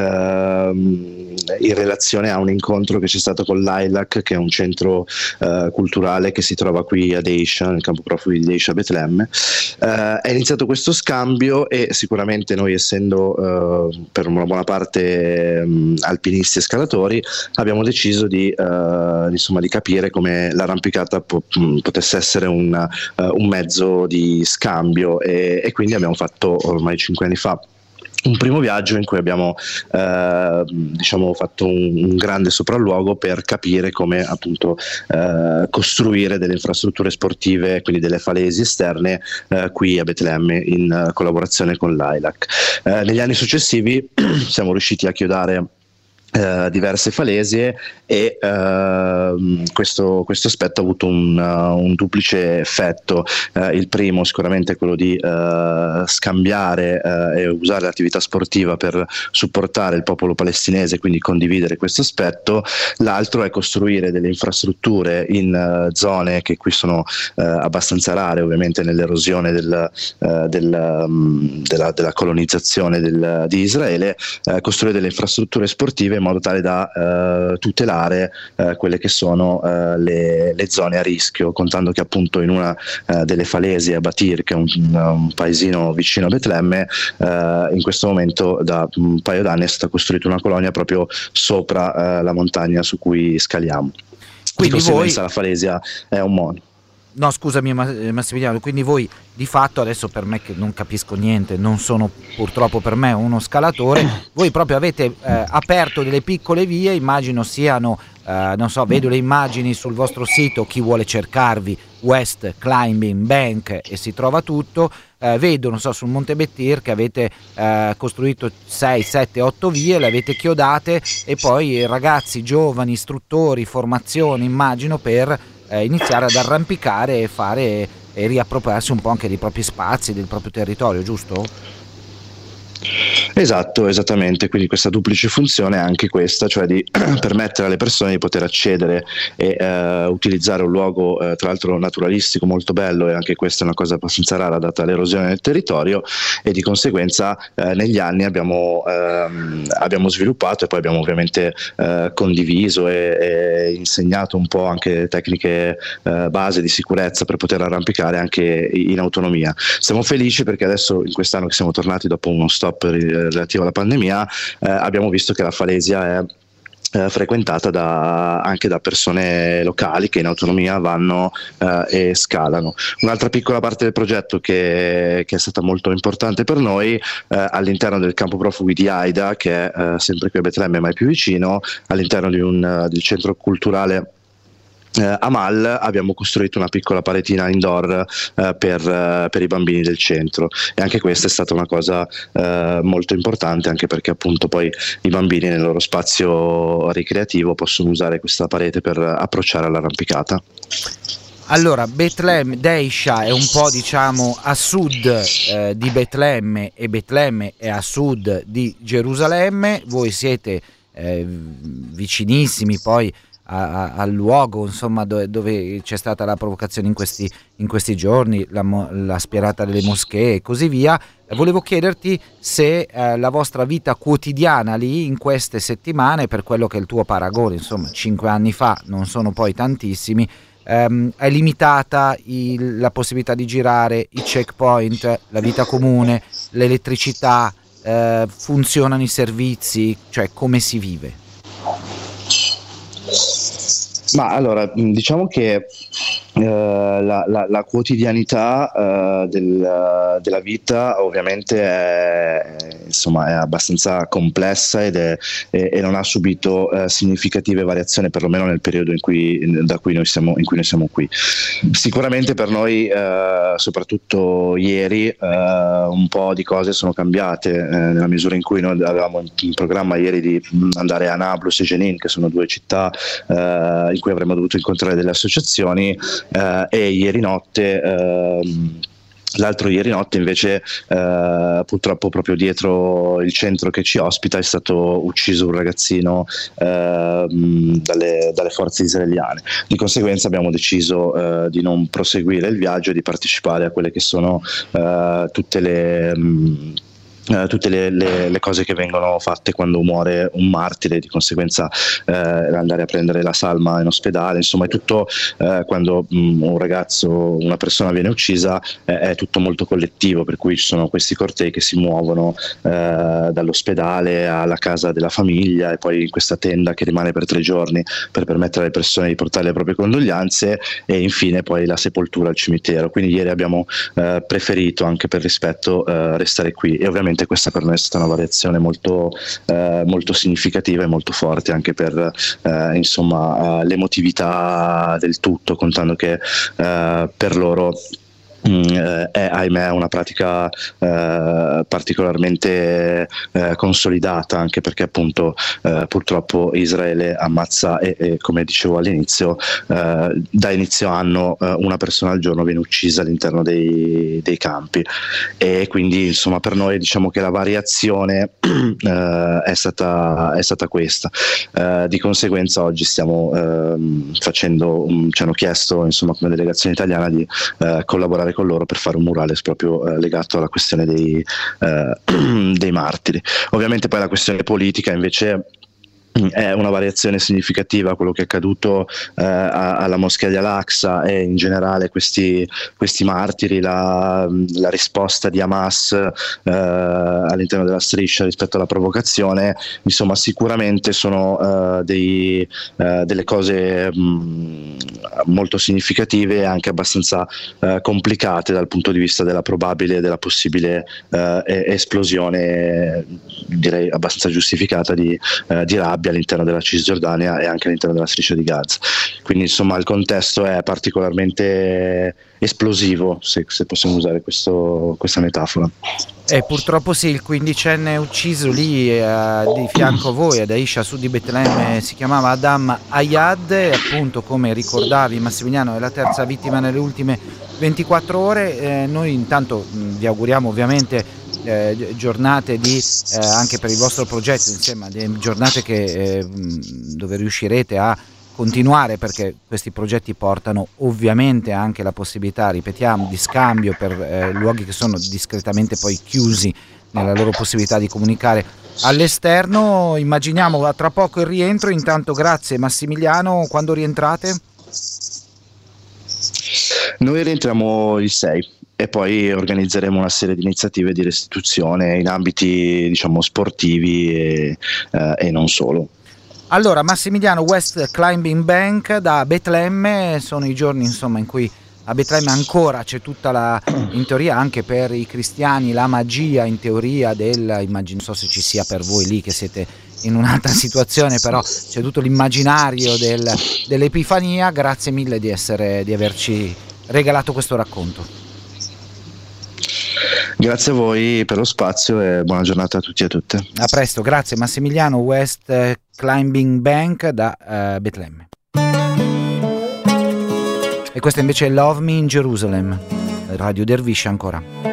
in relazione a un incontro che c'è stato con l'Ailac, che è un centro culturale che si trova qui a Deisha, nel campo profughi di Deisha Betlemme. È iniziato questo scambio e sicuramente noi, essendo per una buona parte alpinisti e scalatori, abbiamo deciso di capire come l'arrampicata potesse essere un mezzo di scambio, e quindi abbiamo fatto ormai 5 anni fa un primo viaggio in cui abbiamo fatto un grande sopralluogo per capire come appunto costruire delle infrastrutture sportive, quindi delle falesi esterne qui a Betlemme in collaborazione con l'Ailac. Negli anni successivi siamo riusciti a chiodare diverse falesie e questo aspetto ha avuto un duplice effetto. Il primo sicuramente è quello di scambiare e usare l'attività sportiva per supportare il popolo palestinese, quindi condividere questo aspetto. L'altro è costruire delle infrastrutture in zone che qui sono abbastanza rare, ovviamente nell'erosione della colonizzazione di Israele, costruire delle infrastrutture sportive in modo tale da tutelare quelle che sono le zone a rischio, contando che appunto in una delle falesi a Batir, che è un paesino vicino a Betlemme, in questo momento da un paio d'anni è stata costruita una colonia proprio sopra la montagna su cui scaliamo. Quindi di conseguenza la falesia è un mondo. No, scusami Massimiliano, quindi voi di fatto, adesso per me che non capisco niente, non sono purtroppo per me uno scalatore, voi proprio avete aperto delle piccole vie, immagino siano non so, vedo le immagini sul vostro sito, chi vuole cercarvi, West Climbing Bank, e si trova tutto. Vedo, non so, sul Monte Bettir che avete costruito 6, 7, 8 vie, le avete chiodate, e poi ragazzi giovani, istruttori, formazione, immagino, per iniziare ad arrampicare e fare e riappropriarsi un po' anche dei propri spazi, del proprio territorio, giusto? Esatto, esattamente, quindi questa duplice funzione è anche questa, cioè di permettere alle persone di poter accedere e utilizzare un luogo tra l'altro naturalistico molto bello, e anche questa è una cosa abbastanza rara data l'erosione del territorio, e di conseguenza negli anni abbiamo sviluppato e poi abbiamo ovviamente condiviso e insegnato un po' anche tecniche base di sicurezza per poter arrampicare anche in autonomia. Siamo felici perché adesso, in quest'anno che siamo tornati dopo uno stop relativo alla pandemia, abbiamo visto che la Falesia è frequentata anche da persone locali che in autonomia vanno e scalano. Un'altra piccola parte del progetto che è stata molto importante per noi, all'interno del campo profughi di Aida, che è sempre qui a Betlemme ma è più vicino, all'interno del centro culturale Amal, abbiamo costruito una piccola paretina indoor per i bambini del centro, e anche questa è stata una cosa molto importante, anche perché appunto poi i bambini nel loro spazio ricreativo possono usare questa parete per approcciare all'arrampicata. Allora, Betlemme, Deisha è un po', diciamo, a sud di Betlemme, e Betlemme è a sud di Gerusalemme. Voi siete vicinissimi poi al luogo, insomma, dove c'è stata la provocazione in questi giorni, la spierata delle moschee e così via. Volevo chiederti se la vostra vita quotidiana lì in queste settimane, per quello che è il tuo paragone, insomma 5 anni fa non sono poi tantissimi, è limitata la possibilità di girare, i checkpoint, la vita comune, l'elettricità, funzionano i servizi, cioè come si vive? Ma allora, diciamo che la quotidianità della vita ovviamente è abbastanza complessa e non ha subito significative variazioni, perlomeno nel periodo in cui noi siamo qui. Sicuramente per noi, soprattutto ieri, un po' di cose sono cambiate, nella misura in cui noi avevamo in programma ieri di andare a Nablus e Jenin, che sono 2 città in cui avremmo dovuto incontrare delle associazioni, e l'altro ieri notte invece, purtroppo proprio dietro il centro che ci ospita è stato ucciso un ragazzino dalle forze israeliane. Di conseguenza abbiamo deciso di non proseguire il viaggio e di partecipare a quelle che sono tutte le cose che vengono fatte quando muore un martire. Di conseguenza andare a prendere la salma in ospedale, insomma è tutto, quando un ragazzo, una persona viene uccisa, è tutto molto collettivo, per cui ci sono questi cortei che si muovono dall'ospedale alla casa della famiglia, e poi in questa tenda che rimane per 3 giorni per permettere alle persone di portare le proprie condoglianze, e infine poi la sepoltura al cimitero. Quindi ieri abbiamo preferito, anche per rispetto, restare qui, e ovviamente questa per noi è stata una variazione molto significativa e molto forte, anche per l'emotività del tutto, contando che per loro è, ahimè, una pratica particolarmente consolidata, anche perché appunto purtroppo Israele ammazza e come dicevo all'inizio, da inizio anno una persona al giorno viene uccisa all'interno dei campi, e quindi insomma per noi diciamo che la variazione è stata questa. Di conseguenza oggi stiamo facendo, ci hanno chiesto insomma come delegazione italiana di collaborare con loro per fare un murales proprio legato alla questione dei martiri. Ovviamente poi la questione politica invece è una variazione significativa, quello che è accaduto alla moschea di Al-Aqsa e in generale questi martiri, la risposta di Hamas all'interno della striscia rispetto alla provocazione, insomma sicuramente sono delle cose molto significative e anche abbastanza complicate dal punto di vista della probabile e della possibile esplosione, direi abbastanza giustificata, di rabbia abbia all'interno della Cisgiordania e anche all'interno della striscia di Gaza. Quindi insomma il contesto è particolarmente esplosivo, se possiamo usare questa metafora. Purtroppo sì, il 15enne ucciso lì di fianco a voi ad Aisha, a sud di Betlemme, si chiamava Adam Ayad, appunto come ricordavi Massimiliano è la terza vittima nelle ultime 24 ore. Noi intanto vi auguriamo ovviamente giornate anche per il vostro progetto, insomma, giornate dove riuscirete a continuare, perché questi progetti portano ovviamente anche la possibilità, ripetiamo, di scambio per luoghi che sono discretamente poi chiusi nella loro possibilità di comunicare all'esterno. Immaginiamo tra poco il rientro. Intanto grazie Massimiliano. Quando rientrate? Noi rientriamo il 6 e poi organizzeremo una serie di iniziative di restituzione in ambiti, diciamo, sportivi e non solo. Allora, Massimiliano, West Climbing Bank da Betlemme, sono i giorni insomma in cui a Betlemme ancora c'è tutta in teoria anche per i cristiani la magia in teoria immagino, non so se ci sia per voi lì che siete in un'altra situazione, però c'è tutto l'immaginario dell'Epifania. Grazie mille di averci regalato questo racconto. Grazie a voi per lo spazio e buona giornata a tutti e a tutte. A presto, grazie Massimiliano, West Climbing Bank da Betlemme. E questo invece è Love Me in Jerusalem, Radio Dervish ancora.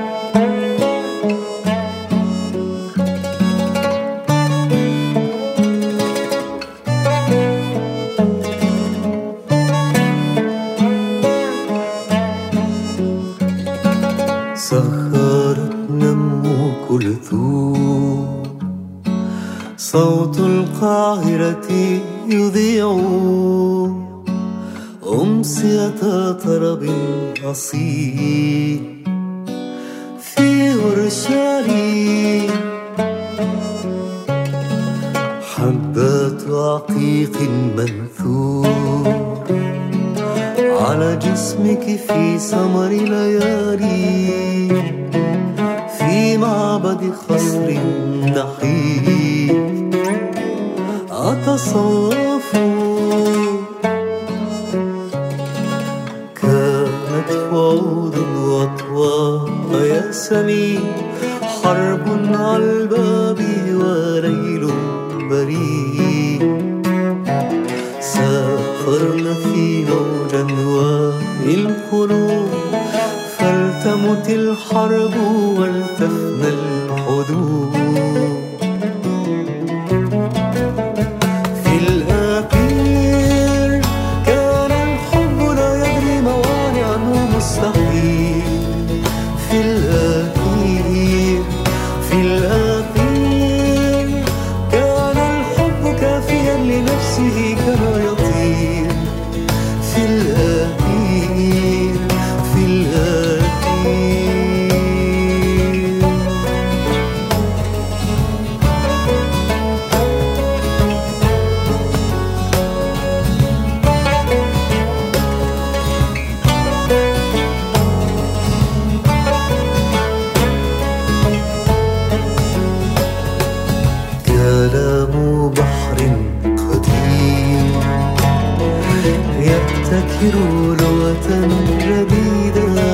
صوت القاهرة يذيع أمسية طرب أصيل في أورشليم حبات عقيق منثور على جسمك في سمر ليالي في معبد خصر نحيف أتصوف كانت وعود وأطواق ياسمين حرب على الباب وليل بريء سافرنا في موج أنواع القلوب فلتمت الحرب ولتفنى الحدود في الآخر كان الحب لا يدري موانعه مستحيل في الآخر كان الحب كافيا لنفسه كما يطير في الآخر لغة جديدة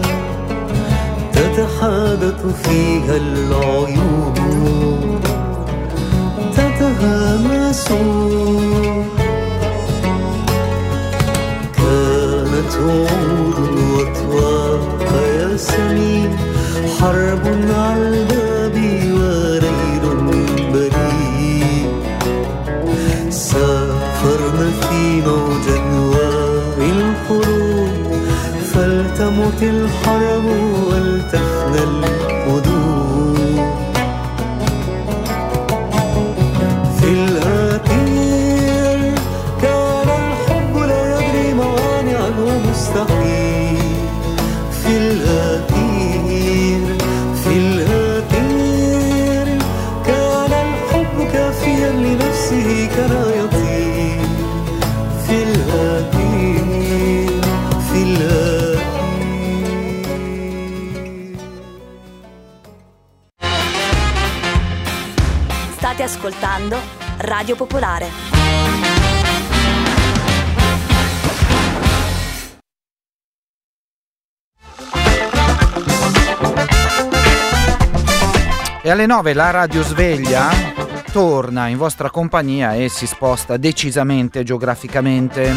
تتحدث فيها العيون تتهامس كانت وعود وأطواق ياسمين حرب على الباب وليل بريء سافرنا في موج القلوب فلتمت الحرب ولتفنى الحدود في الآخر كان الحب لا يدري موانعه مستحيل في الآخر كان الحب كافيا لنفسه كلا يطير في الآخر State ascoltando Radio Popolare. E alle 9 la Radio Sveglia torna in vostra compagnia e si sposta decisamente geograficamente.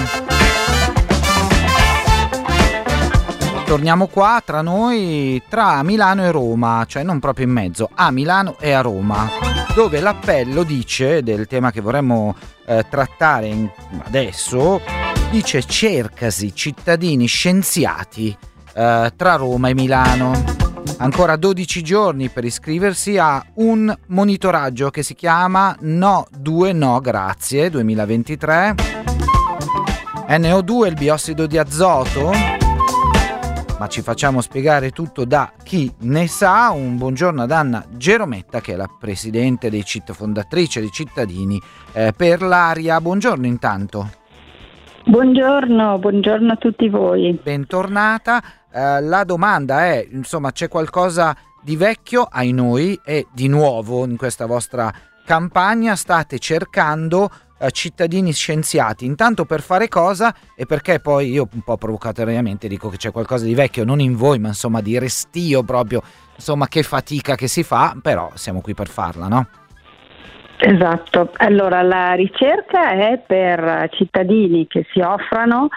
Torniamo qua tra noi, tra Milano e Roma, cioè non proprio in mezzo, a Milano e a Roma, dove l'appello dice, del tema che vorremmo trattare adesso, dice: cercasi cittadini scienziati tra Roma e Milano. Ancora 12 giorni per iscriversi a un monitoraggio che si chiama No 2 No Grazie 2023. NO2 è il biossido di azoto, ma ci facciamo spiegare tutto da chi ne sa. Un buongiorno ad Anna Gerometta, che è la presidente dei CIT, fondatrice dei Cittadini per l'Aria. Buongiorno intanto. Buongiorno a tutti voi. Bentornata. La domanda è, insomma, c'è qualcosa di vecchio ai noi e di nuovo in questa vostra campagna? State cercando cittadini scienziati, intanto per fare cosa, e perché poi io un po' provocatoriamente dico che c'è qualcosa di vecchio, non in voi, ma insomma di restio proprio, insomma, che fatica che si fa, però siamo qui per farla, no? Esatto, allora la ricerca è per cittadini che si offrano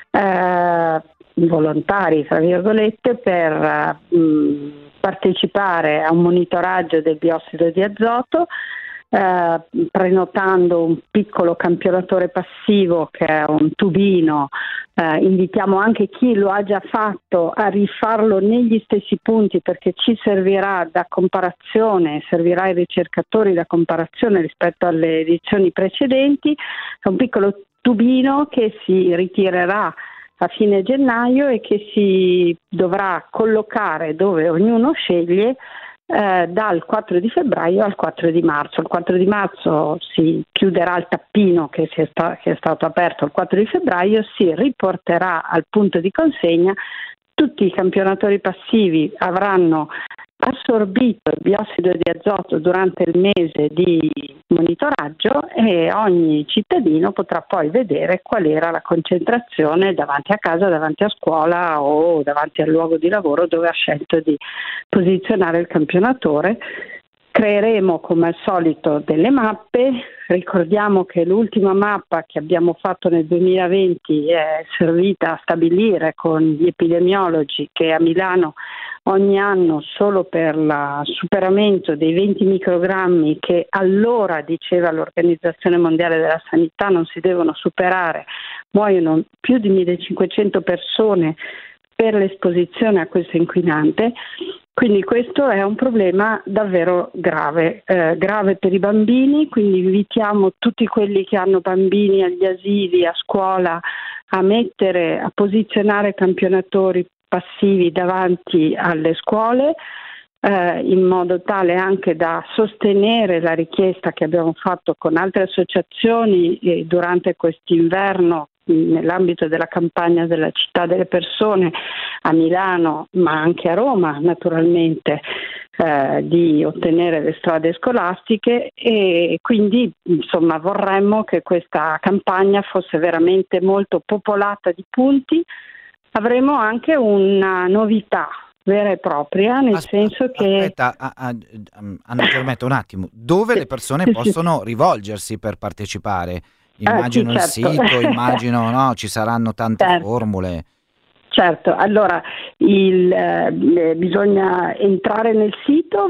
volontari, tra virgolette, per partecipare a un monitoraggio del biossido di azoto, prenotando un piccolo campionatore passivo che è un tubino. Invitiamo anche chi lo ha già fatto a rifarlo negli stessi punti, perché ci servirà da comparazione, servirà ai ricercatori da comparazione rispetto alle edizioni precedenti. È un piccolo tubino che si ritirerà a fine gennaio e che si dovrà collocare dove ognuno sceglie dal 4 di febbraio al 4 di marzo. Il 4 di marzo si chiuderà il tappino che è stato aperto il 4 di febbraio, si riporterà al punto di consegna. Tutti i campionatori passivi avranno assorbito il biossido di azoto durante il mese di monitoraggio e ogni cittadino potrà poi vedere qual era la concentrazione davanti a casa, davanti a scuola o davanti al luogo di lavoro dove ha scelto di posizionare il campionatore. Creeremo come al solito delle mappe. Ricordiamo che l'ultima mappa che abbiamo fatto nel 2020 è servita a stabilire con gli epidemiologi che a Milano ogni anno solo per il superamento dei 20 microgrammi che allora diceva l'Organizzazione Mondiale della Sanità non si devono superare, muoiono più di 1500 persone per l'esposizione a questo inquinante. Quindi questo è un problema davvero grave per i bambini, quindi invitiamo tutti quelli che hanno bambini agli asili, a scuola, a posizionare campionatori passivi davanti alle scuole, in modo tale anche da sostenere la richiesta che abbiamo fatto con altre associazioni durante quest'inverno nell'ambito della campagna della città delle persone a Milano, ma anche a Roma naturalmente, di ottenere le strade scolastiche, e quindi insomma vorremmo che questa campagna fosse veramente molto popolata di punti. Avremo anche una novità vera e propria, nel senso che... Aspetta, Anna Gerometta, un attimo. Dove le persone possono rivolgersi per partecipare? Immagino il sito, immagino, no, ci saranno tante formule. Certo, allora bisogna entrare nel sito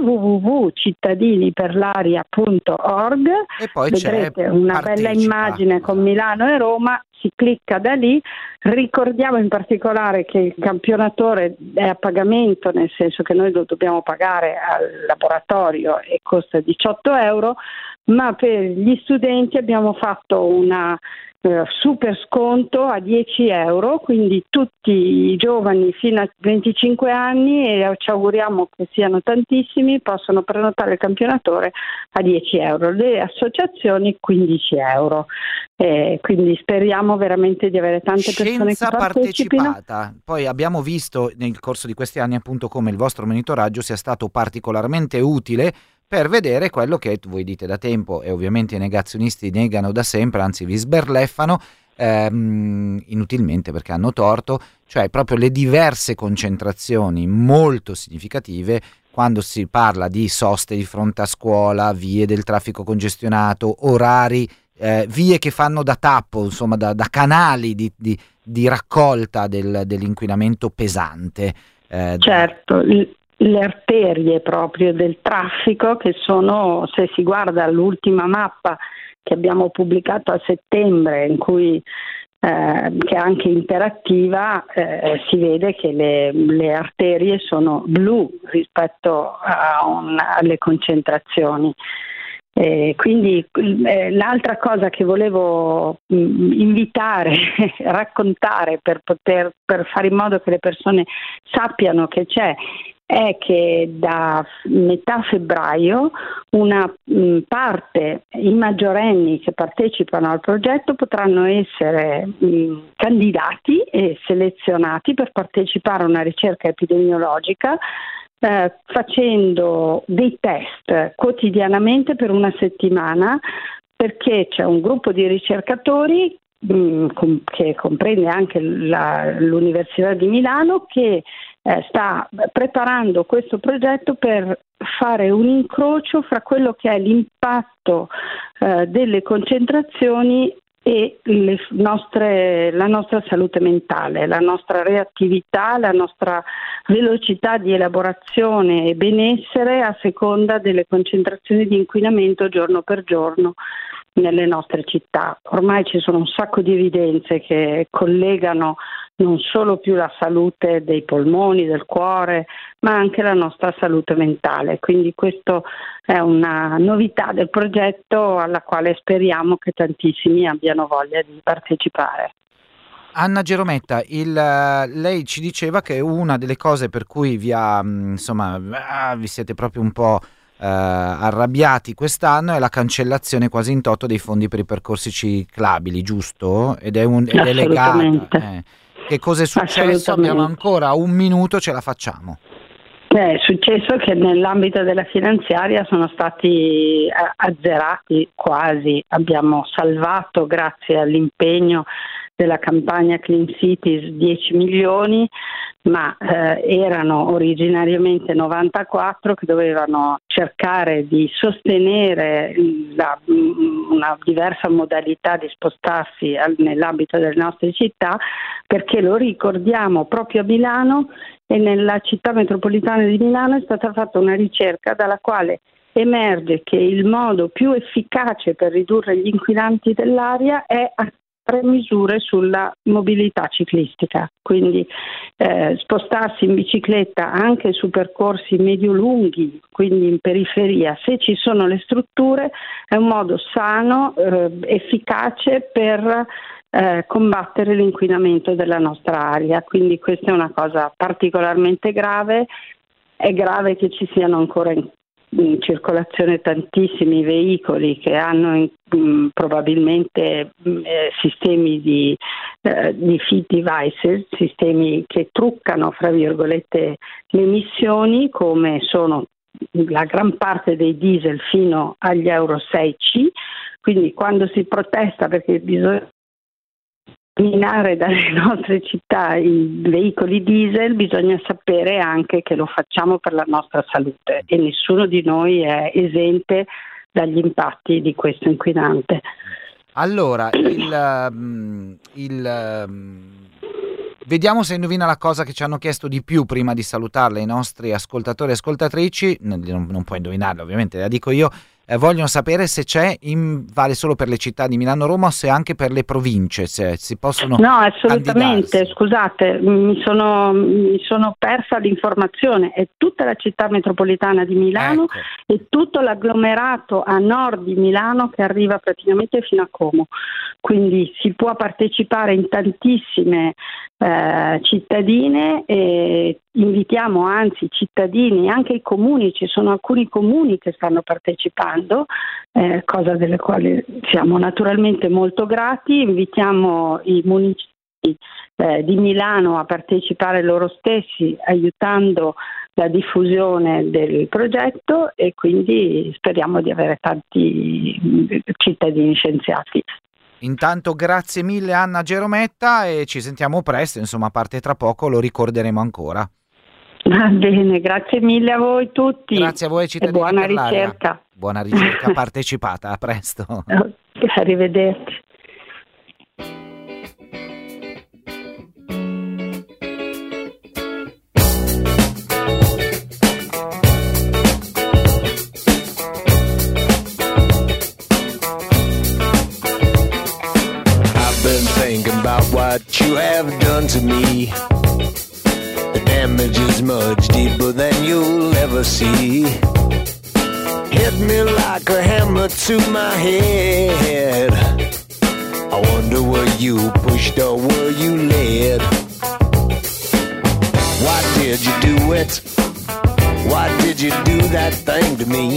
www.cittadiniperlaria.org e poi vedrete una bella immagine con Milano e Roma, si clicca da lì. Ricordiamo in particolare che il campionatore è a pagamento, nel senso che noi lo dobbiamo pagare al laboratorio e costa 18 euro, ma per gli studenti abbiamo fatto una super sconto a 10 euro, quindi tutti i giovani fino a 25 anni, e ci auguriamo che siano tantissimi, possono prenotare il campionatore a 10 euro, le associazioni 15 euro. Quindi speriamo veramente di avere tante persone che partecipino. Partecipata. Poi abbiamo visto nel corso di questi anni appunto come il vostro monitoraggio sia stato particolarmente utile per vedere quello che voi dite da tempo, e ovviamente i negazionisti negano da sempre, anzi vi sberleffano inutilmente perché hanno torto, cioè proprio le diverse concentrazioni molto significative quando si parla di soste di fronte a scuola, vie del traffico congestionato, orari, vie che fanno da tappo, insomma da canali di raccolta dell'inquinamento pesante. Certo, le arterie proprio del traffico, che sono, se si guarda l'ultima mappa che abbiamo pubblicato a settembre, in cui che è anche interattiva, si vede che le arterie sono blu rispetto alle concentrazioni. Quindi l'altra cosa che volevo invitare, raccontare per fare in modo che le persone sappiano che c'è, è che da metà febbraio una parte, i maggiorenni che partecipano al progetto potranno essere candidati e selezionati per partecipare a una ricerca epidemiologica facendo dei test quotidianamente per una settimana, perché c'è un gruppo di ricercatori che comprende anche l'Università di Milano, che sta preparando questo progetto per fare un incrocio fra quello che è l'impatto delle concentrazioni e la nostra salute mentale, la nostra reattività, la nostra velocità di elaborazione e benessere a seconda delle concentrazioni di inquinamento giorno per giorno nelle nostre città. Ormai ci sono un sacco di evidenze che collegano non solo più la salute dei polmoni, del cuore, ma anche la nostra salute mentale. Quindi questo è una novità del progetto alla quale speriamo che tantissimi abbiano voglia di partecipare. Anna Gerometta, lei ci diceva che una delle cose per cui vi siete proprio un po' arrabbiati quest'anno è la cancellazione quasi in toto dei fondi per i percorsi ciclabili, giusto? Ed è legata. Che cosa è successo? Abbiamo ancora un minuto, ce la facciamo. È successo che nell'ambito della finanziaria sono stati azzerati quasi, abbiamo salvato grazie all'impegno della campagna Clean Cities 10 milioni, ma erano originariamente 94 che dovevano cercare di sostenere una diversa modalità di spostarsi nell'ambito delle nostre città, perché lo ricordiamo proprio a Milano e nella città metropolitana di Milano è stata fatta una ricerca dalla quale emerge che il modo più efficace per ridurre gli inquinanti dell'aria è misure sulla mobilità ciclistica, quindi spostarsi in bicicletta anche su percorsi medio-lunghi, quindi in periferia, se ci sono le strutture, è un modo sano, efficace per combattere l'inquinamento della nostra aria. Quindi questa è una cosa particolarmente grave. È grave che ci siano ancora in circolazione tantissimi veicoli che hanno probabilmente sistemi di feed devices, sistemi che truccano fra virgolette le emissioni, come sono la gran parte dei diesel fino agli Euro 6C. Quindi quando si protesta perché bisogna eliminare dalle nostre città i veicoli diesel, bisogna sapere anche che lo facciamo per la nostra salute e nessuno di noi è esente dagli impatti di questo inquinante. Allora, vediamo se indovina la cosa che ci hanno chiesto di più prima di salutarle i nostri ascoltatori e ascoltatrici. Non puoi indovinarla, ovviamente, la dico io. Vogliono sapere se vale solo per le città di Milano, Roma, o se anche per le province, se si possono No, assolutamente, candidarsi. Scusate, mi sono persa l'informazione. È tutta la città metropolitana di Milano, ecco, e tutto l'agglomerato a nord di Milano che arriva praticamente fino a Como. Quindi si può partecipare in tantissime cittadine, e invitiamo anzi i cittadini, anche i comuni, ci sono alcuni comuni che stanno partecipando, cosa delle quali siamo naturalmente molto grati. Invitiamo i municipi di Milano a partecipare loro stessi, aiutando la diffusione del progetto e quindi speriamo di avere tanti cittadini scienziati. Intanto grazie mille Anna Gerometta e ci sentiamo presto, insomma a parte tra poco lo ricorderemo ancora. Va bene, grazie mille a voi tutti. Grazie a voi cittadini. E buona per l'aria. ricerca. Buona ricerca partecipata, a presto. Arrivederci. What you have done to me, the damage is much deeper than you'll ever see. Hit me like a hammer to my head. I wonder were you pushed or were you led? Why did you do it? Why did you do that thing to me?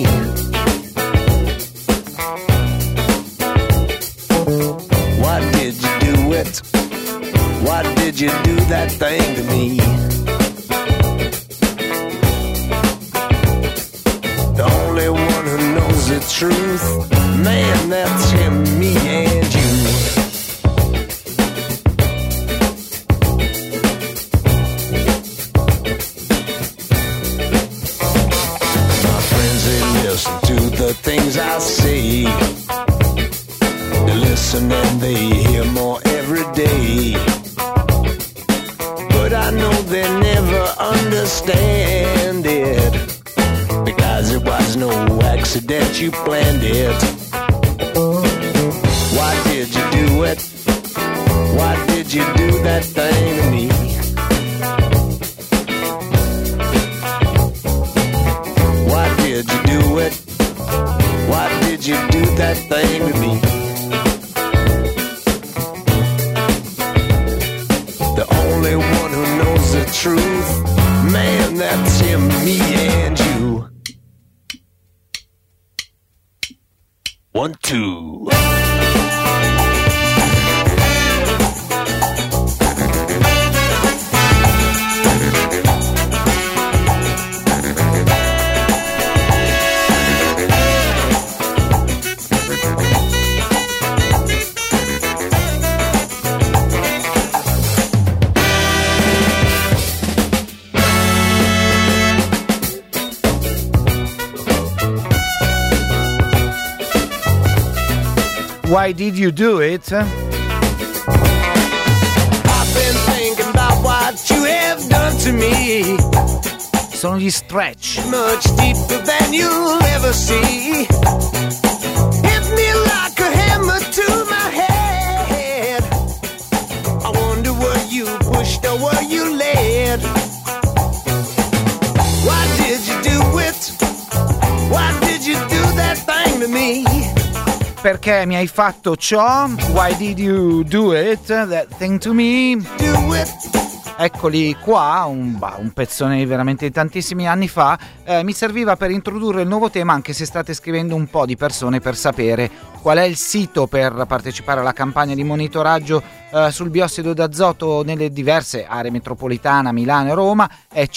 Why did you do it? Why did you do that thing to me? The only one who knows the truth, man, that's him, me and you. My friends, they listen to the things I say. They listen and they hear more every day. But I know they never understand it, because it was no accident, you planned it. Why did you do it? Why did you do that thing to me? Why did you do it? Why did you do that thing to me? Only one who knows the truth, man, that's him, me and you. 1, 2. Why did you do it? I've been thinking about what you have done to me. Sono gli Stretch. Much deeper than you'll ever see. Hit me like a hammer to my head. I wonder were you pushed or were you led? Why did you do it? Why did you do that thing to me? Perché mi hai fatto ciò? Why did you do it? That thing to me? Do it. Eccoli qua, un pezzone veramente di tantissimi anni fa. Mi serviva per introdurre il nuovo tema, anche se state scrivendo un po' di persone per sapere qual è il sito per partecipare alla campagna di monitoraggio sul biossido d'azoto nelle diverse aree metropolitana, Milano e Roma. È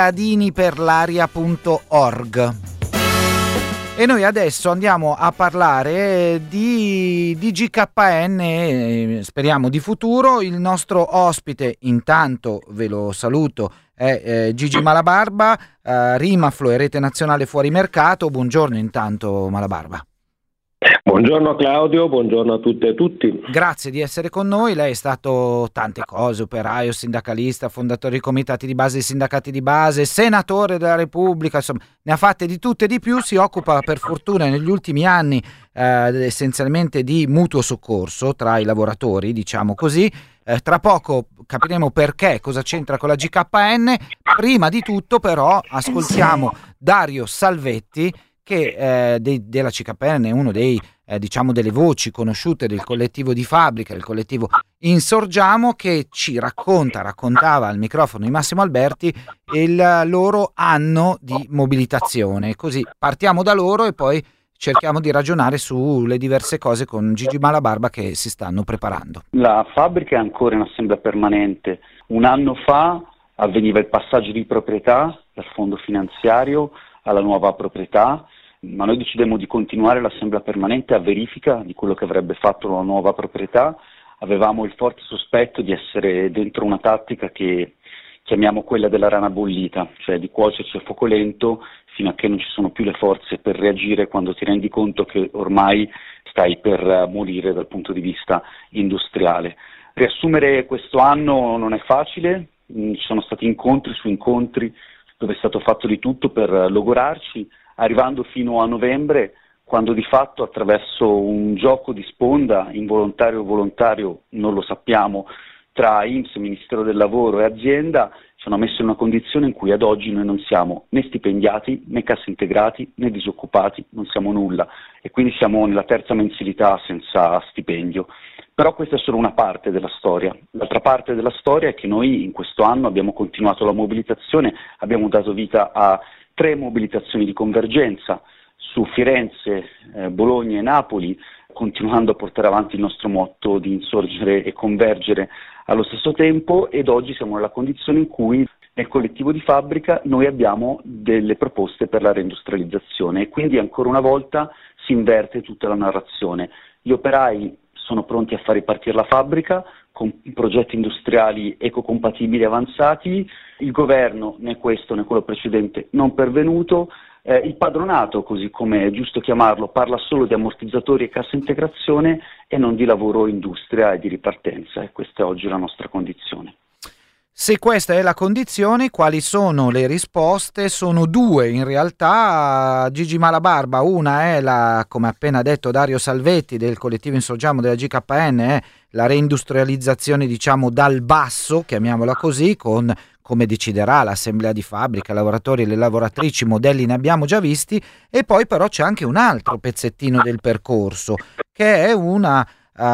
cittadiniperlaria.org. E noi adesso andiamo a parlare di GKN, speriamo di futuro. Il nostro ospite, intanto ve lo saluto, è Gigi Malabarba, Rimaflo e Rete Nazionale Fuori Mercato. Buongiorno intanto Malabarba. Buongiorno Claudio, buongiorno a tutte e tutti. Grazie di essere con noi. Lei è stato tante cose: operaio, sindacalista, fondatore di comitati di base, di sindacati di base, senatore della Repubblica, insomma ne ha fatte di tutte e di più. Si occupa per fortuna negli ultimi anni essenzialmente di mutuo soccorso tra i lavoratori, diciamo così. Tra poco capiremo perché, cosa c'entra con la GKN. Prima di tutto però ascoltiamo Dario Salvetti, che della CKN è uno dei diciamo delle voci conosciute del collettivo di fabbrica, del collettivo Insorgiamo, che ci raccontava al microfono di Massimo Alberti il loro anno di mobilitazione. Così partiamo da loro e poi cerchiamo di ragionare sulle diverse cose con Gigi Malabarba che si stanno preparando. La fabbrica è ancora in assemblea permanente. Un anno fa avveniva il passaggio di proprietà dal fondo finanziario alla nuova proprietà, ma noi decidemmo di continuare l'assemblea permanente a verifica di quello che avrebbe fatto la nuova proprietà. Avevamo il forte sospetto di essere dentro una tattica che chiamiamo quella della rana bollita, cioè di cuocerci a fuoco lento fino a che non ci sono più le forze per reagire quando ti rendi conto che ormai stai per morire dal punto di vista industriale. Riassumere questo anno non è facile, ci sono stati incontri su incontri dove è stato fatto di tutto per logorarci, arrivando fino a novembre, quando di fatto attraverso un gioco di sponda, involontario o volontario, non lo sappiamo, tra INPS, Ministero del Lavoro e azienda, ci hanno messo in una condizione in cui ad oggi noi non siamo né stipendiati, né cassa integrati, né disoccupati, non siamo nulla e quindi siamo nella terza mensilità senza stipendio. Però questa è solo una parte della storia. L'altra parte della storia è che noi in questo anno abbiamo continuato la mobilitazione, abbiamo dato vita a 3 mobilitazioni di convergenza su Firenze, Bologna e Napoli, continuando a portare avanti il nostro motto di insorgere e convergere allo stesso tempo, ed oggi siamo nella condizione in cui nel collettivo di fabbrica noi abbiamo delle proposte per la reindustrializzazione e quindi ancora una volta si inverte tutta la narrazione. Gli operai sono pronti a far ripartire la fabbrica con progetti industriali ecocompatibili avanzati, il governo né questo né quello precedente non pervenuto, il padronato, così come è giusto chiamarlo, parla solo di ammortizzatori e cassa integrazione e non di lavoro, industria e di ripartenza, e questa è oggi la nostra condizione. Se questa è la condizione, quali sono le risposte? Sono 2 in realtà, Gigi Malabarba. Una è come appena detto Dario Salvetti del collettivo Insorgiamo della GKN, è la reindustrializzazione diciamo dal basso, chiamiamola così, con come deciderà l'assemblea di fabbrica, i lavoratori e le lavoratrici, modelli ne abbiamo già visti, e poi però c'è anche un altro pezzettino del percorso, che è una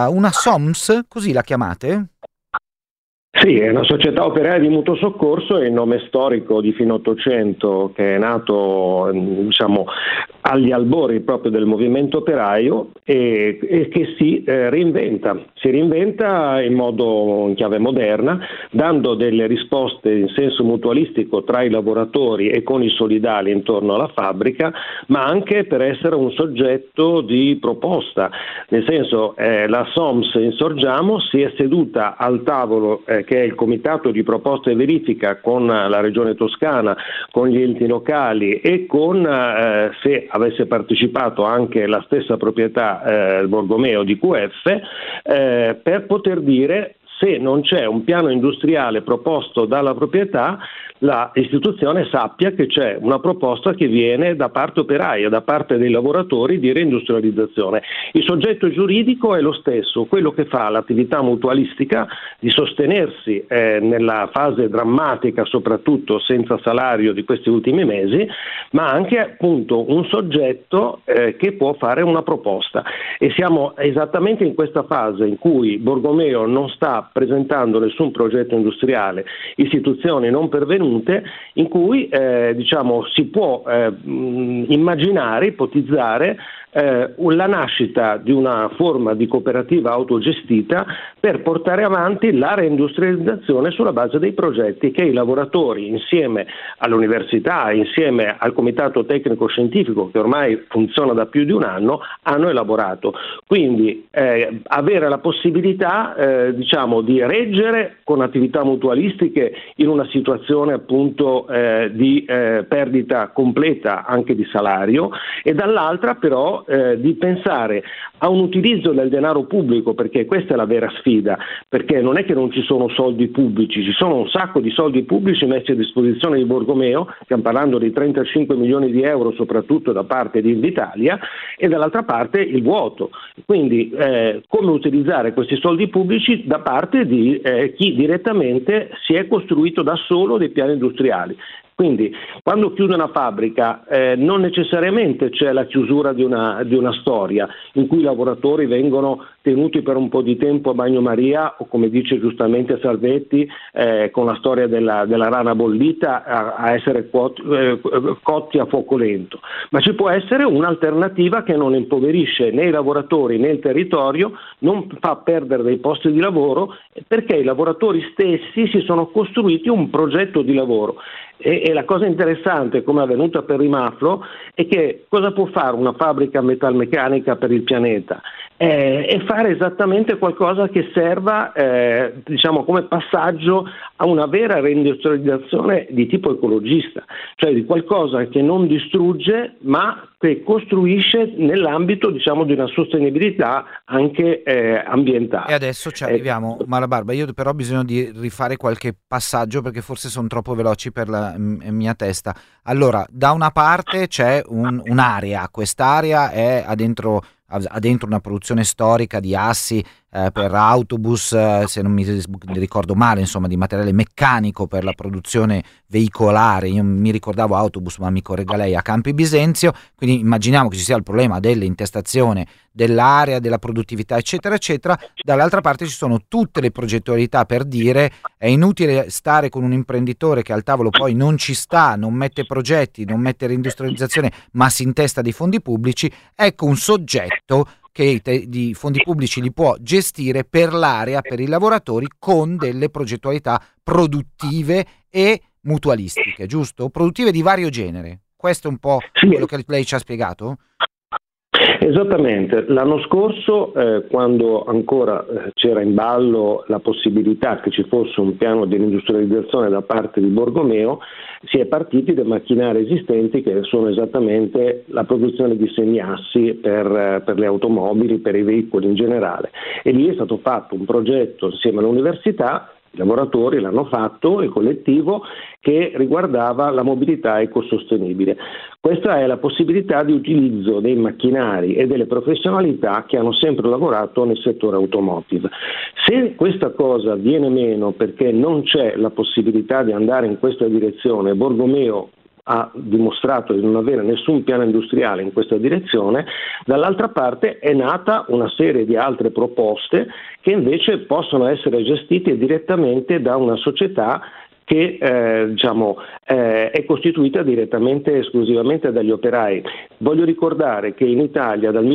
SOMS, così la chiamate? Sì, è una società operaia di mutuo soccorso, è il nome storico di fine Ottocento che è nato diciamo agli albori proprio del movimento operaio e che si reinventa in modo in chiave moderna, dando delle risposte in senso mutualistico tra i lavoratori e con i solidali intorno alla fabbrica, ma anche per essere un soggetto di proposta, nel senso la SOMS Insorgiamo si è seduta al tavolo che è il comitato di proposta e verifica con la Regione Toscana, con gli enti locali e con, se avesse partecipato anche la stessa proprietà Borgomeo di QF, per poter dire se non c'è un piano industriale proposto dalla proprietà, l'istituzione sappia che c'è una proposta che viene da parte operaia, da parte dei lavoratori di reindustrializzazione. Il soggetto giuridico è lo stesso, quello che fa l'attività mutualistica di sostenersi nella fase drammatica, soprattutto senza salario di questi ultimi mesi, ma anche appunto un soggetto che può fare una proposta. E siamo esattamente in questa fase in cui Borgomeo non sta presentando nessun progetto industriale, istituzioni non pervenute, in cui diciamo si può immaginare, ipotizzare la nascita di una forma di cooperativa autogestita per portare avanti la reindustrializzazione sulla base dei progetti che i lavoratori insieme all'università, insieme al comitato tecnico scientifico che ormai funziona da più di un anno, hanno elaborato. Quindi avere la possibilità diciamo di reggere con attività mutualistiche in una situazione appunto di perdita completa anche di salario, e dall'altra però di pensare a un utilizzo del denaro pubblico, perché questa è la vera sfida, perché non è che non ci sono soldi pubblici, ci sono un sacco di soldi pubblici messi a disposizione di Borgomeo, stiamo parlando di 35 milioni di euro soprattutto da parte di Invitalia, e dall'altra parte il vuoto. Quindi come utilizzare questi soldi pubblici da parte di chi direttamente si è costruito da solo dei piani industriali. Quindi quando chiude una fabbrica non necessariamente c'è la chiusura di una storia in cui i lavoratori vengono tenuti per un po' di tempo a bagnomaria o, come dice giustamente Salvetti, con la storia della rana bollita a essere cotti a fuoco lento, ma ci può essere un'alternativa che non impoverisce né i lavoratori né il territorio, non fa perdere dei posti di lavoro, perché i lavoratori stessi si sono costruiti un progetto di lavoro. E la cosa interessante, come è avvenuta per Rimaflo, è che cosa può fare una fabbrica metalmeccanica per il pianeta? È fare esattamente qualcosa che serva diciamo come passaggio a una vera reindustrializzazione di tipo ecologista, cioè di qualcosa che non distrugge ma che costruisce nell'ambito, diciamo, di una sostenibilità anche ambientale. E adesso ci arriviamo, Malabarba, io però ho bisogno di rifare qualche passaggio perché forse sono troppo veloci per la mia testa. Allora, da una parte c'è un'area, quest'area ha dentro una produzione storica di assi per autobus, se non mi ricordo male, insomma, di materiale meccanico per la produzione veicolare. Io mi ricordavo autobus, ma mi corregga lei, a Campi Bisenzio. Quindi immaginiamo che ci sia il problema dell'intestazione dell'area, della produttività, eccetera eccetera. Dall'altra parte ci sono tutte le progettualità per dire è inutile stare con un imprenditore che al tavolo poi non ci sta, non mette progetti, non mette reindustrializzazione, ma si intesta dei fondi pubblici. Ecco un soggetto che di fondi pubblici li può gestire per l'area, per i lavoratori, con delle progettualità produttive e mutualistiche, giusto? Produttive di vario genere. Questo è un po' quello che lei ci ha spiegato? Esattamente, l'anno scorso quando ancora c'era in ballo la possibilità che ci fosse un piano di industrializzazione da parte di Borgomeo, si è partiti dai macchinari esistenti che sono esattamente la produzione di semiassi per le automobili, per i veicoli in generale, e lì è stato fatto un progetto insieme all'università. I lavoratori l'hanno fatto, il collettivo, che riguardava la mobilità ecosostenibile. Questa è la possibilità di utilizzo dei macchinari e delle professionalità che hanno sempre lavorato nel settore automotive. Se questa cosa viene meno perché non c'è la possibilità di andare in questa direzione, Borgomeo ha dimostrato di non avere nessun piano industriale in questa direzione, dall'altra parte è nata una serie di altre proposte che invece possono essere gestite direttamente da una società che è costituita direttamente e esclusivamente dagli operai. Voglio ricordare che in Italia dal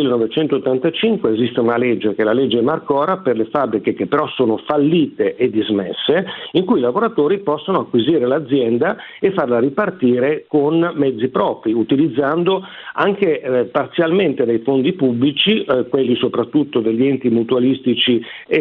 1985 esiste una legge, che è la legge Marcora, per le fabbriche che però sono fallite e dismesse, in cui i lavoratori possono acquisire l'azienda e farla ripartire con mezzi propri, utilizzando anche parzialmente dei fondi pubblici, quelli soprattutto degli enti mutualistici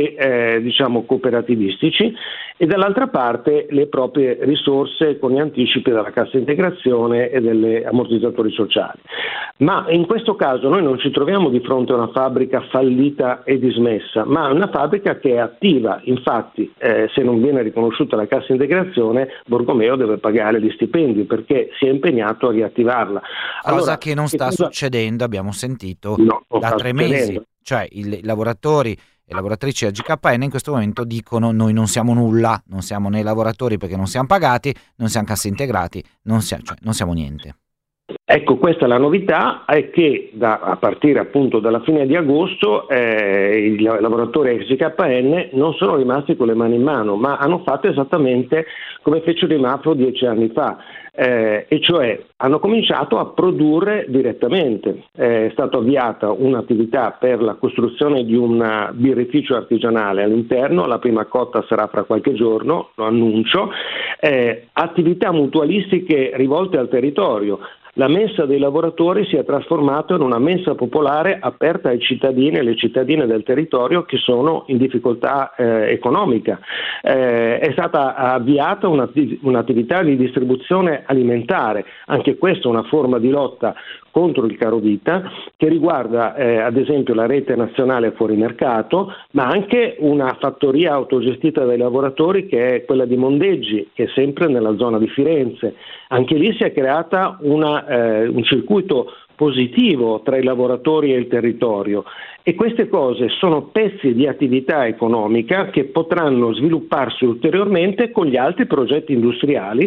e cooperativistici, e dall'altra parte le proprie risorse con gli anticipi della cassa integrazione e degli ammortizzatori sociali. Ma in questo caso noi non ci troviamo di fronte a una fabbrica fallita e dismessa, ma una fabbrica che è attiva. Infatti se non viene riconosciuta la cassa integrazione, Borgomeo deve pagare gli stipendi perché si è impegnato a riattivarla. Cosa che non sta succedendo, abbiamo sentito, da 3 mesi. Cioè i lavoratori e lavoratrici a GKN in questo momento dicono: noi non siamo nulla, non siamo né lavoratori perché non siamo pagati, non siamo cassa integrati, non siamo niente. Ecco, questa è la novità, è che a partire appunto dalla fine di agosto i lavoratori ex GKN non sono rimasti con le mani in mano, ma hanno fatto esattamente come fecero i Mafro 10 anni fa. E cioè hanno cominciato a produrre direttamente. È stata avviata un'attività per la costruzione di un birrificio artigianale all'interno, la prima cotta sarà fra qualche giorno, lo annuncio, attività mutualistiche rivolte al territorio. La mensa dei lavoratori si è trasformata in una mensa popolare aperta ai cittadini e alle cittadine del territorio che sono in difficoltà economica. È stata avviata un'attività di distribuzione alimentare, anche questa è una forma di lotta contro il carovita, che riguarda ad esempio la rete nazionale fuori mercato, ma anche una fattoria autogestita dai lavoratori che è quella di Mondeggi, che è sempre nella zona di Firenze. Anche lì si è creata un circuito positivo tra i lavoratori e il territorio, e queste cose sono pezzi di attività economica che potranno svilupparsi ulteriormente con gli altri progetti industriali,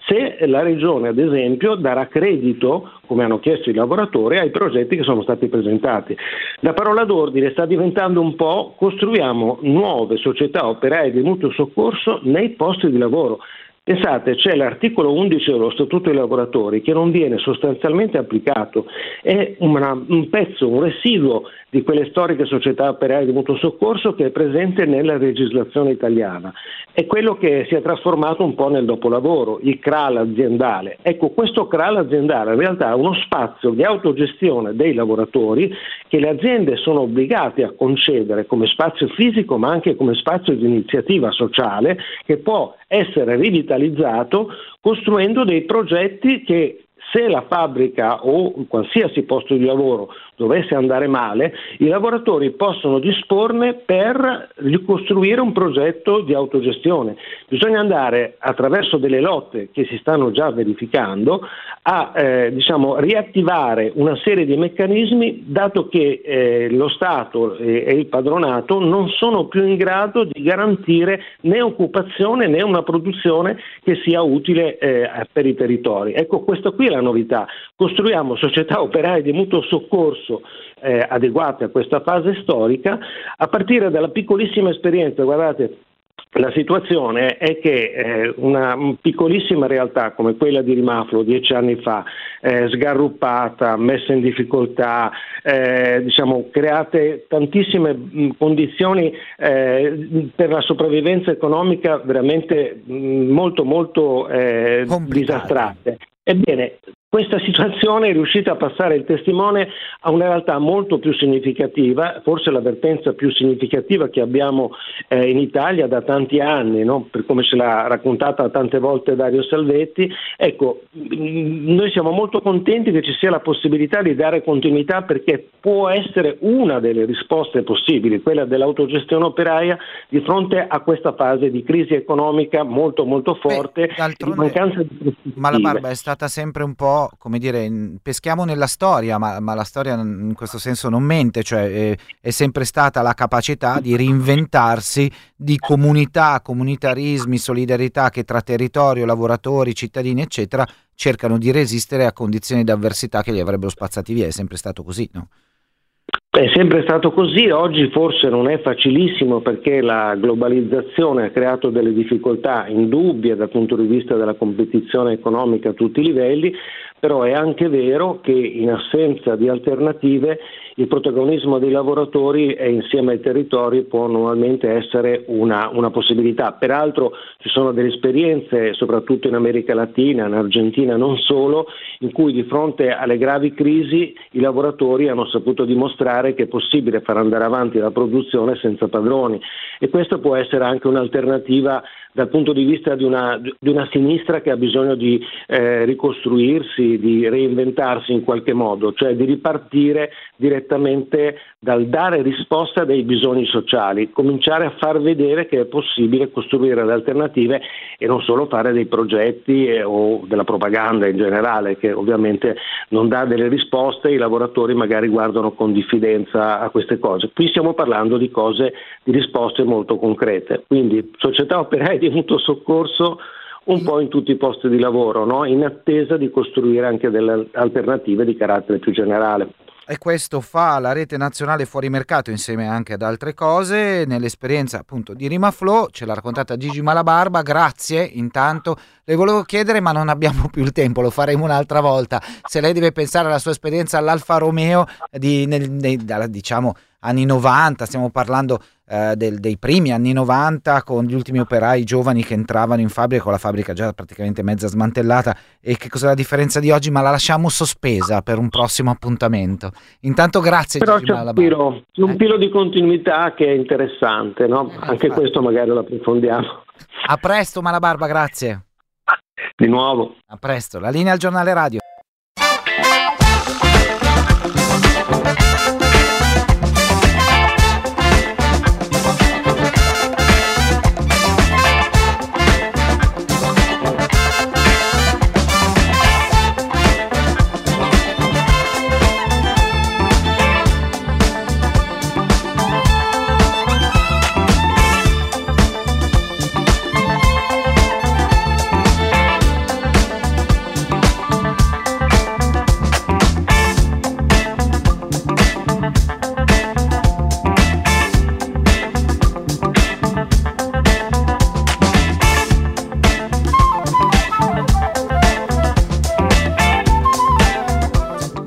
se la Regione, ad esempio, darà credito, come hanno chiesto i lavoratori, ai progetti che sono stati presentati. La parola d'ordine sta diventando un po' costruiamo nuove società operaie di mutuo soccorso nei posti di lavoro. Pensate, c'è l'articolo 11 dello Statuto dei lavoratori che non viene sostanzialmente applicato, è un pezzo, un residuo di quelle storiche società operaie di mutuo soccorso che è presente nella legislazione italiana. È quello che si è trasformato un po' nel dopolavoro, il CRAL aziendale. Ecco, questo CRAL aziendale in realtà è uno spazio di autogestione dei lavoratori che le aziende sono obbligate a concedere come spazio fisico ma anche come spazio di iniziativa sociale che può essere rivitalizzato costruendo dei progetti che, se la fabbrica o qualsiasi posto di lavoro dovesse andare male, i lavoratori possono disporne per ricostruire un progetto di autogestione. Bisogna andare attraverso delle lotte che si stanno già verificando a riattivare una serie di meccanismi, dato che lo Stato e il padronato non sono più in grado di garantire né occupazione né una produzione che sia utile per i territori. Ecco, questa qui è la novità. Costruiamo società operaie di mutuo soccorso adeguate a questa fase storica a partire dalla piccolissima esperienza. Guardate, la situazione è che una piccolissima realtà come quella di Rimaflo 10 anni fa, sgarruppata, messa in difficoltà, create tantissime condizioni per la sopravvivenza economica veramente molto molto disastrate. Ebbene, questa situazione è riuscita a passare il testimone a una realtà molto più significativa, forse la vertenza più significativa che abbiamo in Italia da tanti anni, no? Per come ce l'ha raccontata tante volte Dario Salvetti. Ecco, noi siamo molto contenti che ci sia la possibilità di dare continuità, perché può essere una delle risposte possibili, quella dell'autogestione operaia di fronte a questa fase di crisi economica molto molto forte, di mancanza di prospettive. Ma la Barba è stata sempre un po', come dire, peschiamo nella storia, ma la storia in questo senso non mente, cioè è sempre stata la capacità di reinventarsi di comunità, comunitarismi, solidarietà che tra territorio, lavoratori, cittadini eccetera cercano di resistere a condizioni di avversità che li avrebbero spazzati via. È sempre stato così, no? È sempre stato così, oggi forse non è facilissimo perché la globalizzazione ha creato delle difficoltà indubbie dal punto di vista della competizione economica a tutti i livelli, però è anche vero che in assenza di alternative il protagonismo dei lavoratori e insieme ai territori può normalmente essere una possibilità. Peraltro ci sono delle esperienze, soprattutto in America Latina, in Argentina non solo, in cui di fronte alle gravi crisi i lavoratori hanno saputo dimostrare che è possibile far andare avanti la produzione senza padroni, e questa può essere anche un'alternativa dal punto di vista di una sinistra che ha bisogno di ricostruirsi, di reinventarsi in qualche modo, cioè di ripartire direttamente dal dare risposta a dei bisogni sociali, cominciare a far vedere che è possibile costruire le alternative e non solo fare dei progetti o della propaganda in generale, che ovviamente non dà delle risposte. I lavoratori magari guardano con diffidenza a queste cose. Qui stiamo parlando di cose, di risposte molto concrete, quindi società operaie di mutuo soccorso un po' in tutti i posti di lavoro, no? In attesa di costruire anche delle alternative di carattere più generale. E questo fa la rete nazionale fuori mercato insieme anche ad altre cose. Nell'esperienza appunto di Rimaflo ce l'ha raccontata Gigi Malabarba, grazie. Intanto le volevo chiedere, ma non abbiamo più il tempo, lo faremo un'altra volta, se lei deve pensare alla sua esperienza all'Alfa Romeo diciamo anni 90, stiamo parlando dei primi anni 90, con gli ultimi operai giovani che entravano in fabbrica, con la fabbrica già praticamente mezza smantellata. E che cos'è la differenza di oggi? Ma la lasciamo sospesa per un prossimo appuntamento. Intanto grazie. Però c'è un filo di continuità che è interessante, no? Anche questo magari lo approfondiamo. A presto Malabarba, grazie. Di nuovo. A presto. La linea al giornale radio.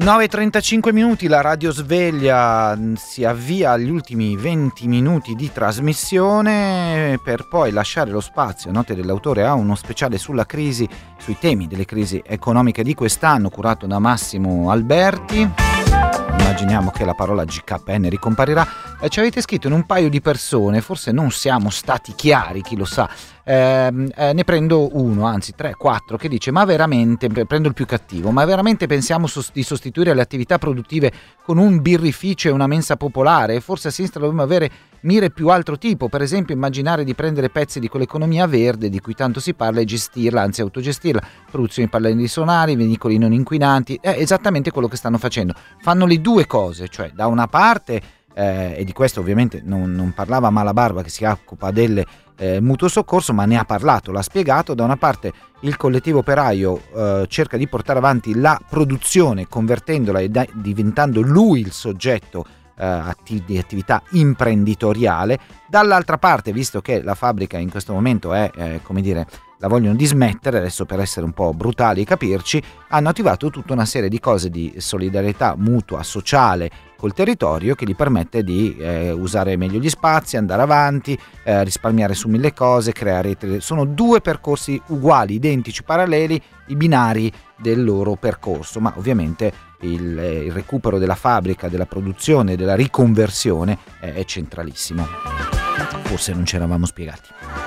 9:35 minuti, la radio sveglia si avvia agli ultimi 20 minuti di trasmissione per poi lasciare lo spazio, note dell'autore, a uno speciale sulla crisi, sui temi delle crisi economiche di quest'anno, curato da Massimo Alberti. Immaginiamo che la parola GKN ricomparirà. Ci avete scritto in un paio di persone, forse non siamo stati chiari, chi lo sa. Ne prendo uno, anzi 3, 4, che dice: ma veramente, prendo il più cattivo, ma veramente pensiamo di sostituire le attività produttive con un birrificio e una mensa popolare? Forse a sinistra dobbiamo avere mire più altro tipo, per esempio immaginare di prendere pezzi di quell'economia verde di cui tanto si parla e gestirla, anzi autogestirla, produzioni palline sonari, veicoli non inquinanti. È esattamente quello che stanno facendo, fanno le due cose, cioè da una parte e di questo ovviamente non parlava Malabarba, che si occupa del mutuo soccorso, ma ne ha parlato, l'ha spiegato. Da una parte il collettivo operaio cerca di portare avanti la produzione convertendola e diventando lui il soggetto di attività imprenditoriale. Dall'altra parte, visto che la fabbrica in questo momento è come dire, la vogliono dismettere, adesso per essere un po' brutali e capirci, hanno attivato tutta una serie di cose di solidarietà mutua, sociale col territorio, che gli permette di usare meglio gli spazi, andare avanti, risparmiare su mille cose, creare. Sono due percorsi uguali, identici, paralleli, i binari del loro percorso, ma ovviamente il recupero della fabbrica, della produzione, della riconversione è centralissimo. Forse non ci eravamo spiegati.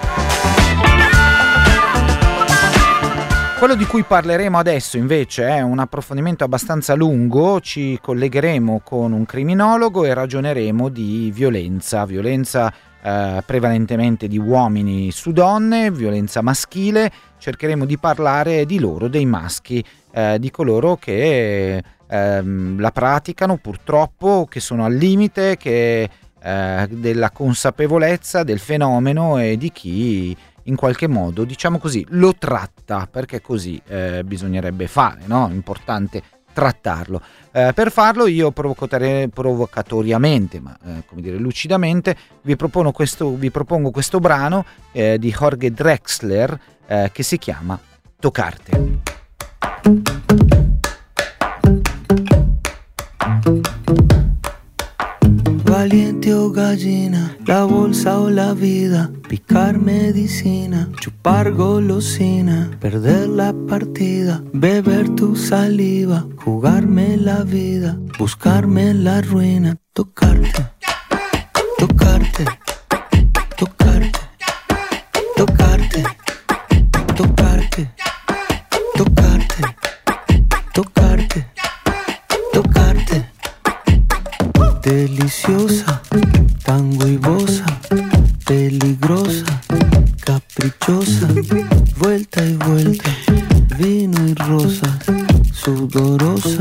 Quello di cui parleremo adesso invece è un approfondimento abbastanza lungo. Ci collegheremo con un criminologo e ragioneremo di violenza prevalentemente di uomini su donne, violenza maschile. Cercheremo di parlare di loro, dei maschi, di coloro che la praticano purtroppo, che sono al limite, della consapevolezza del fenomeno e di chi in qualche modo, diciamo così, lo tratta, perché così bisognerebbe fare, no? Importante trattarlo. Per farlo io provocatoriamente, ma come dire lucidamente, vi propongo questo brano di Jorge Drexler che si chiama Tocarte. Valiente o gallina, la bolsa o la vida, picar medicina, chupar golosina, perder la partida, beber tu saliva, jugarme la vida, buscarme la ruina, tocarte, tocarte, tocarte, tocarte, tocarte, tocarte, tocarte, tocarte. Deliciosa, tango y bosa, peligrosa, caprichosa, vuelta y vuelta, vino y rosa, sudorosa,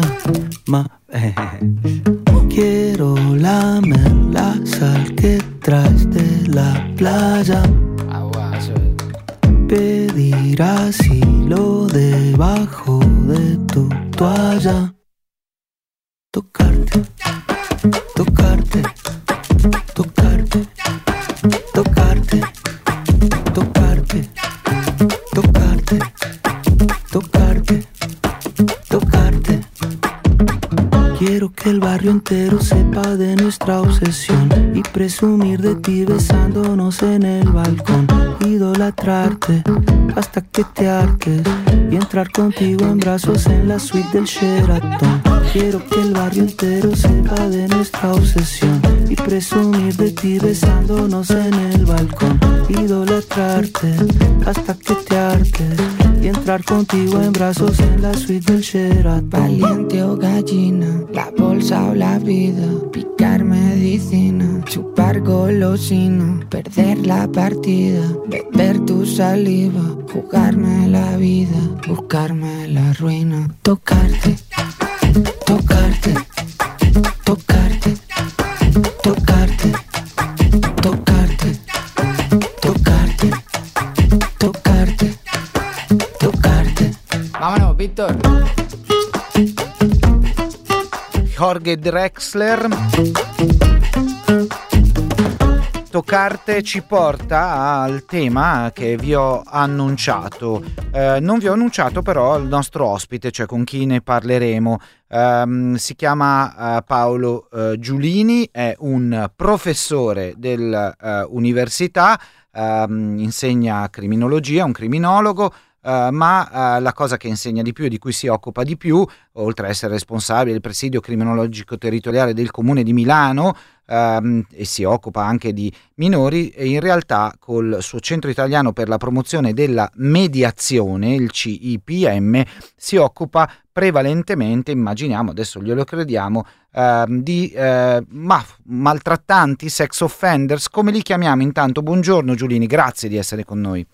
quiero lamer la sal que traes de la playa, pedir asilo debajo de tu toalla, tocarte. Tocarte, tocarte, tocarte, tocarte, tocarte, tocarte, tocarte. Quiero que el barrio entero sepa de nuestra obsesión y presumir de ti besándonos en el balcón, idolatrarte hasta que te hartes y entrar contigo en brazos en la suite del Sheraton. Quiero que el barrio entero sepa de nuestra obsesión y presumir de ti besándonos en el balcón, idolatrarte hasta que te hartes y entrar contigo en brazos en la suite del Sheraton. Valiente o gallina, la bolsa o la vida, picar medicina, chupar golosina, perder la partida, beber tu saliva, jugarme la vida, buscarme la ruina, tocarte, tocarte, tocarte, tocarte, tocarte, tocarte, tocarte, tocarte. Vámonos, Víctor. Jorge Drexler. Toccarte ci porta al tema che vi ho annunciato. Non vi ho annunciato però il nostro ospite, cioè con chi ne parleremo. Si chiama Paolo Giulini, è un professore dell'università, insegna criminologia, un criminologo. Ma la cosa che insegna di più e di cui si occupa di più, oltre a essere responsabile del presidio criminologico territoriale del Comune di Milano, e si occupa anche di minori, e in realtà col suo Centro Italiano per la Promozione della Mediazione, il CIPM, si occupa prevalentemente, immaginiamo, adesso glielo crediamo, di maltrattanti, sex offenders, come li chiamiamo intanto. Buongiorno Giulini, grazie di essere con noi.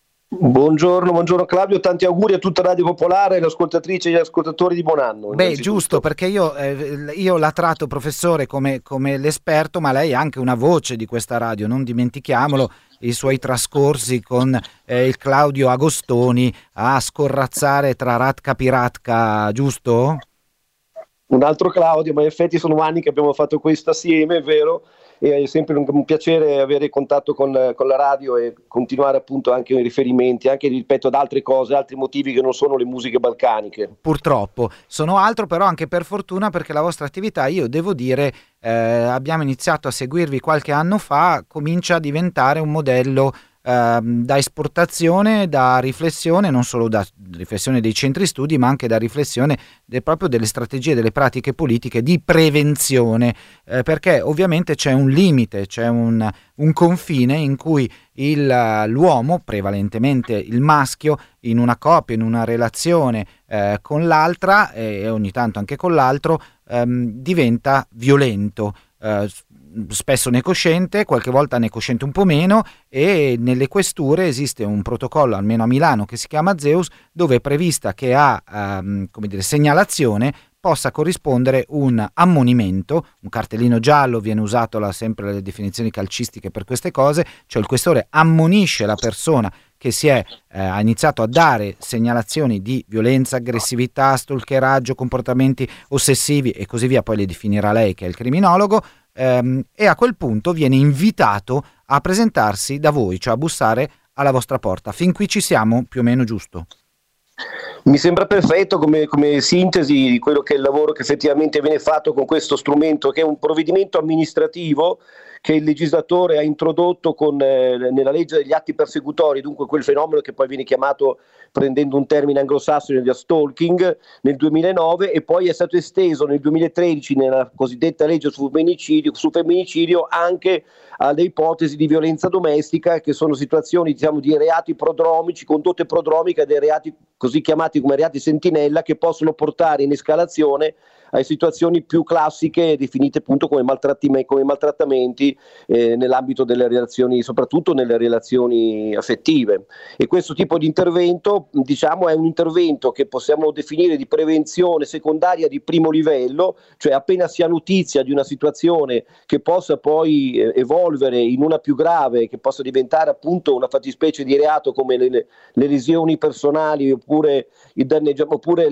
Buongiorno Claudio, tanti auguri a tutta Radio Popolare, le ascoltatrici e gli ascoltatori di buon anno. Beh, giusto, perché io la tratto, professore, come l'esperto, ma lei è anche una voce di questa radio, non dimentichiamolo, i suoi trascorsi con il Claudio Agostoni a scorrazzare tra Ratka Piratka, giusto? Un altro Claudio, ma in effetti sono anni che abbiamo fatto questo assieme, è vero, e è sempre un piacere avere contatto con la radio e continuare appunto anche i riferimenti, anche rispetto ad altre cose, altri motivi che non sono le musiche balcaniche. Purtroppo sono altro, però anche per fortuna, perché la vostra attività, io devo dire, abbiamo iniziato a seguirvi qualche anno fa, comincia a diventare un modello da esportazione, da riflessione, non solo da riflessione dei centri studi, ma anche da riflessione proprio delle strategie, delle pratiche politiche di prevenzione, perché ovviamente c'è un limite, c'è un confine in cui l'uomo, prevalentemente il maschio, in una coppia, in una relazione con l'altra e ogni tanto anche con l'altro, diventa violento. Spesso necosciente, qualche volta necosciente un po' meno, e nelle questure esiste un protocollo, almeno a Milano, che si chiama Zeus, dove è prevista che a segnalazione possa corrispondere un ammonimento, un cartellino giallo, viene usato sempre le definizioni calcistiche per queste cose, cioè il questore ammonisce la persona che ha iniziato a dare segnalazioni di violenza, aggressività, stalkeraggio, comportamenti ossessivi e così via, poi le definirà lei che è il criminologo, e a quel punto viene invitato a presentarsi da voi, cioè a bussare alla vostra porta. Fin qui ci siamo più o meno, giusto? Mi sembra perfetto come sintesi di quello che è il lavoro che effettivamente viene fatto con questo strumento, che è un provvedimento amministrativo che il legislatore ha introdotto nella legge degli atti persecutori, dunque quel fenomeno che poi viene chiamato, prendendo un termine anglosassone, di stalking, nel 2009, e poi è stato esteso nel 2013 nella cosiddetta legge su femminicidio anche alle ipotesi di violenza domestica, che sono situazioni, diciamo, di reati prodromici, condotte prodromiche, dei reati così chiamati come reati sentinella, che possono portare in escalazione a situazioni più classiche definite appunto come maltrattamenti nell'ambito delle relazioni, soprattutto nelle relazioni affettive. E questo tipo di intervento, diciamo, è un intervento che possiamo definire di prevenzione secondaria di primo livello, cioè appena si ha notizia di una situazione che possa poi evolvere in una più grave, che possa diventare appunto una fattispecie di reato come le lesioni personali oppure il danneggiamento, oppure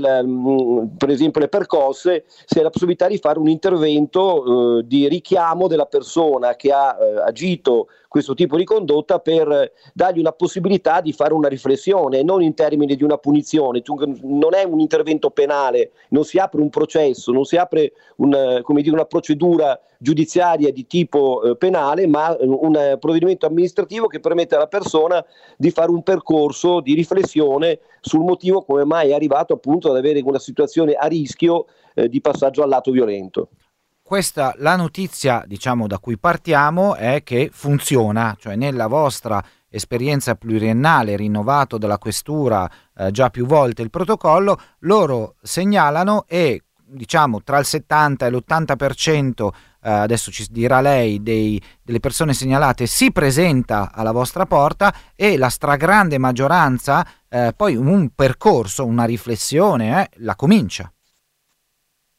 per esempio le percosse, si ha la possibilità di fare un intervento di richiamo della persona che ha agito questo tipo di condotta, per dargli una possibilità di fare una riflessione, non in termini di una punizione. Non è un intervento penale, non si apre un processo, non si apre una procedura giudiziaria di tipo penale, ma un provvedimento amministrativo che permette alla persona di fare un percorso di riflessione sul motivo come mai è arrivato appunto ad avere una situazione a rischio di passaggio al lato violento. Questa, la notizia, diciamo, da cui partiamo è che funziona, cioè nella vostra esperienza pluriennale, rinnovato dalla questura già più volte il protocollo, loro segnalano e, diciamo, tra il 70 e l'80%, adesso ci dirà lei, delle persone segnalate si presenta alla vostra porta, e la stragrande maggioranza poi un percorso, una riflessione la comincia.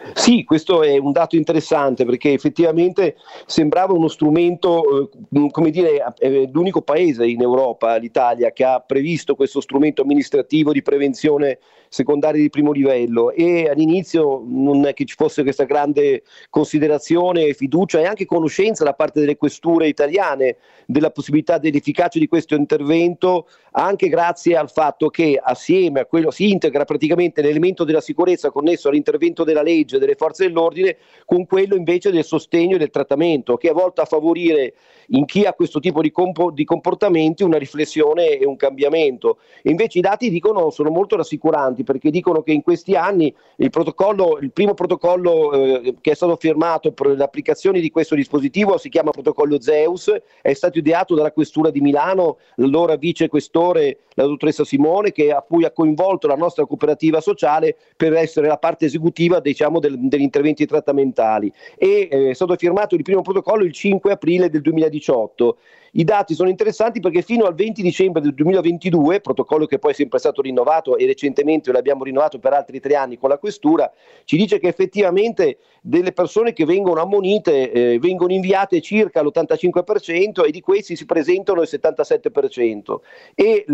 Sì, questo è un dato interessante perché effettivamente sembrava uno strumento, come dire, l'unico paese in Europa, l'Italia, che ha previsto questo strumento amministrativo di prevenzione secondaria di primo livello, e all'inizio non è che ci fosse questa grande considerazione, fiducia e anche conoscenza da parte delle questure italiane della possibilità dell'efficacia di questo intervento, anche grazie al fatto che assieme a quello si integra praticamente l'elemento della sicurezza connesso all'intervento della legge, delle forze dell'ordine, con quello invece del sostegno e del trattamento, che è volto a favorire in chi ha questo tipo di comportamenti una riflessione e un cambiamento. E invece i dati sono molto rassicuranti, perché dicono che in questi anni il primo protocollo che è stato firmato per l'applicazione di questo dispositivo si chiama protocollo Zeus, è stato ideato dalla Questura di Milano, l'allora vice questore, la dottoressa Simone, a cui ha coinvolto la nostra cooperativa sociale per essere la parte esecutiva, diciamo, degli interventi trattamentali, e è stato firmato il primo protocollo il 5 aprile del 2018. I dati sono interessanti perché fino al 20 dicembre del 2022, protocollo che poi è sempre stato rinnovato e recentemente l'abbiamo rinnovato per altri 3 anni con la questura, ci dice che effettivamente delle persone che vengono ammonite vengono inviate circa l'85% e di questi si presentano il 77%. E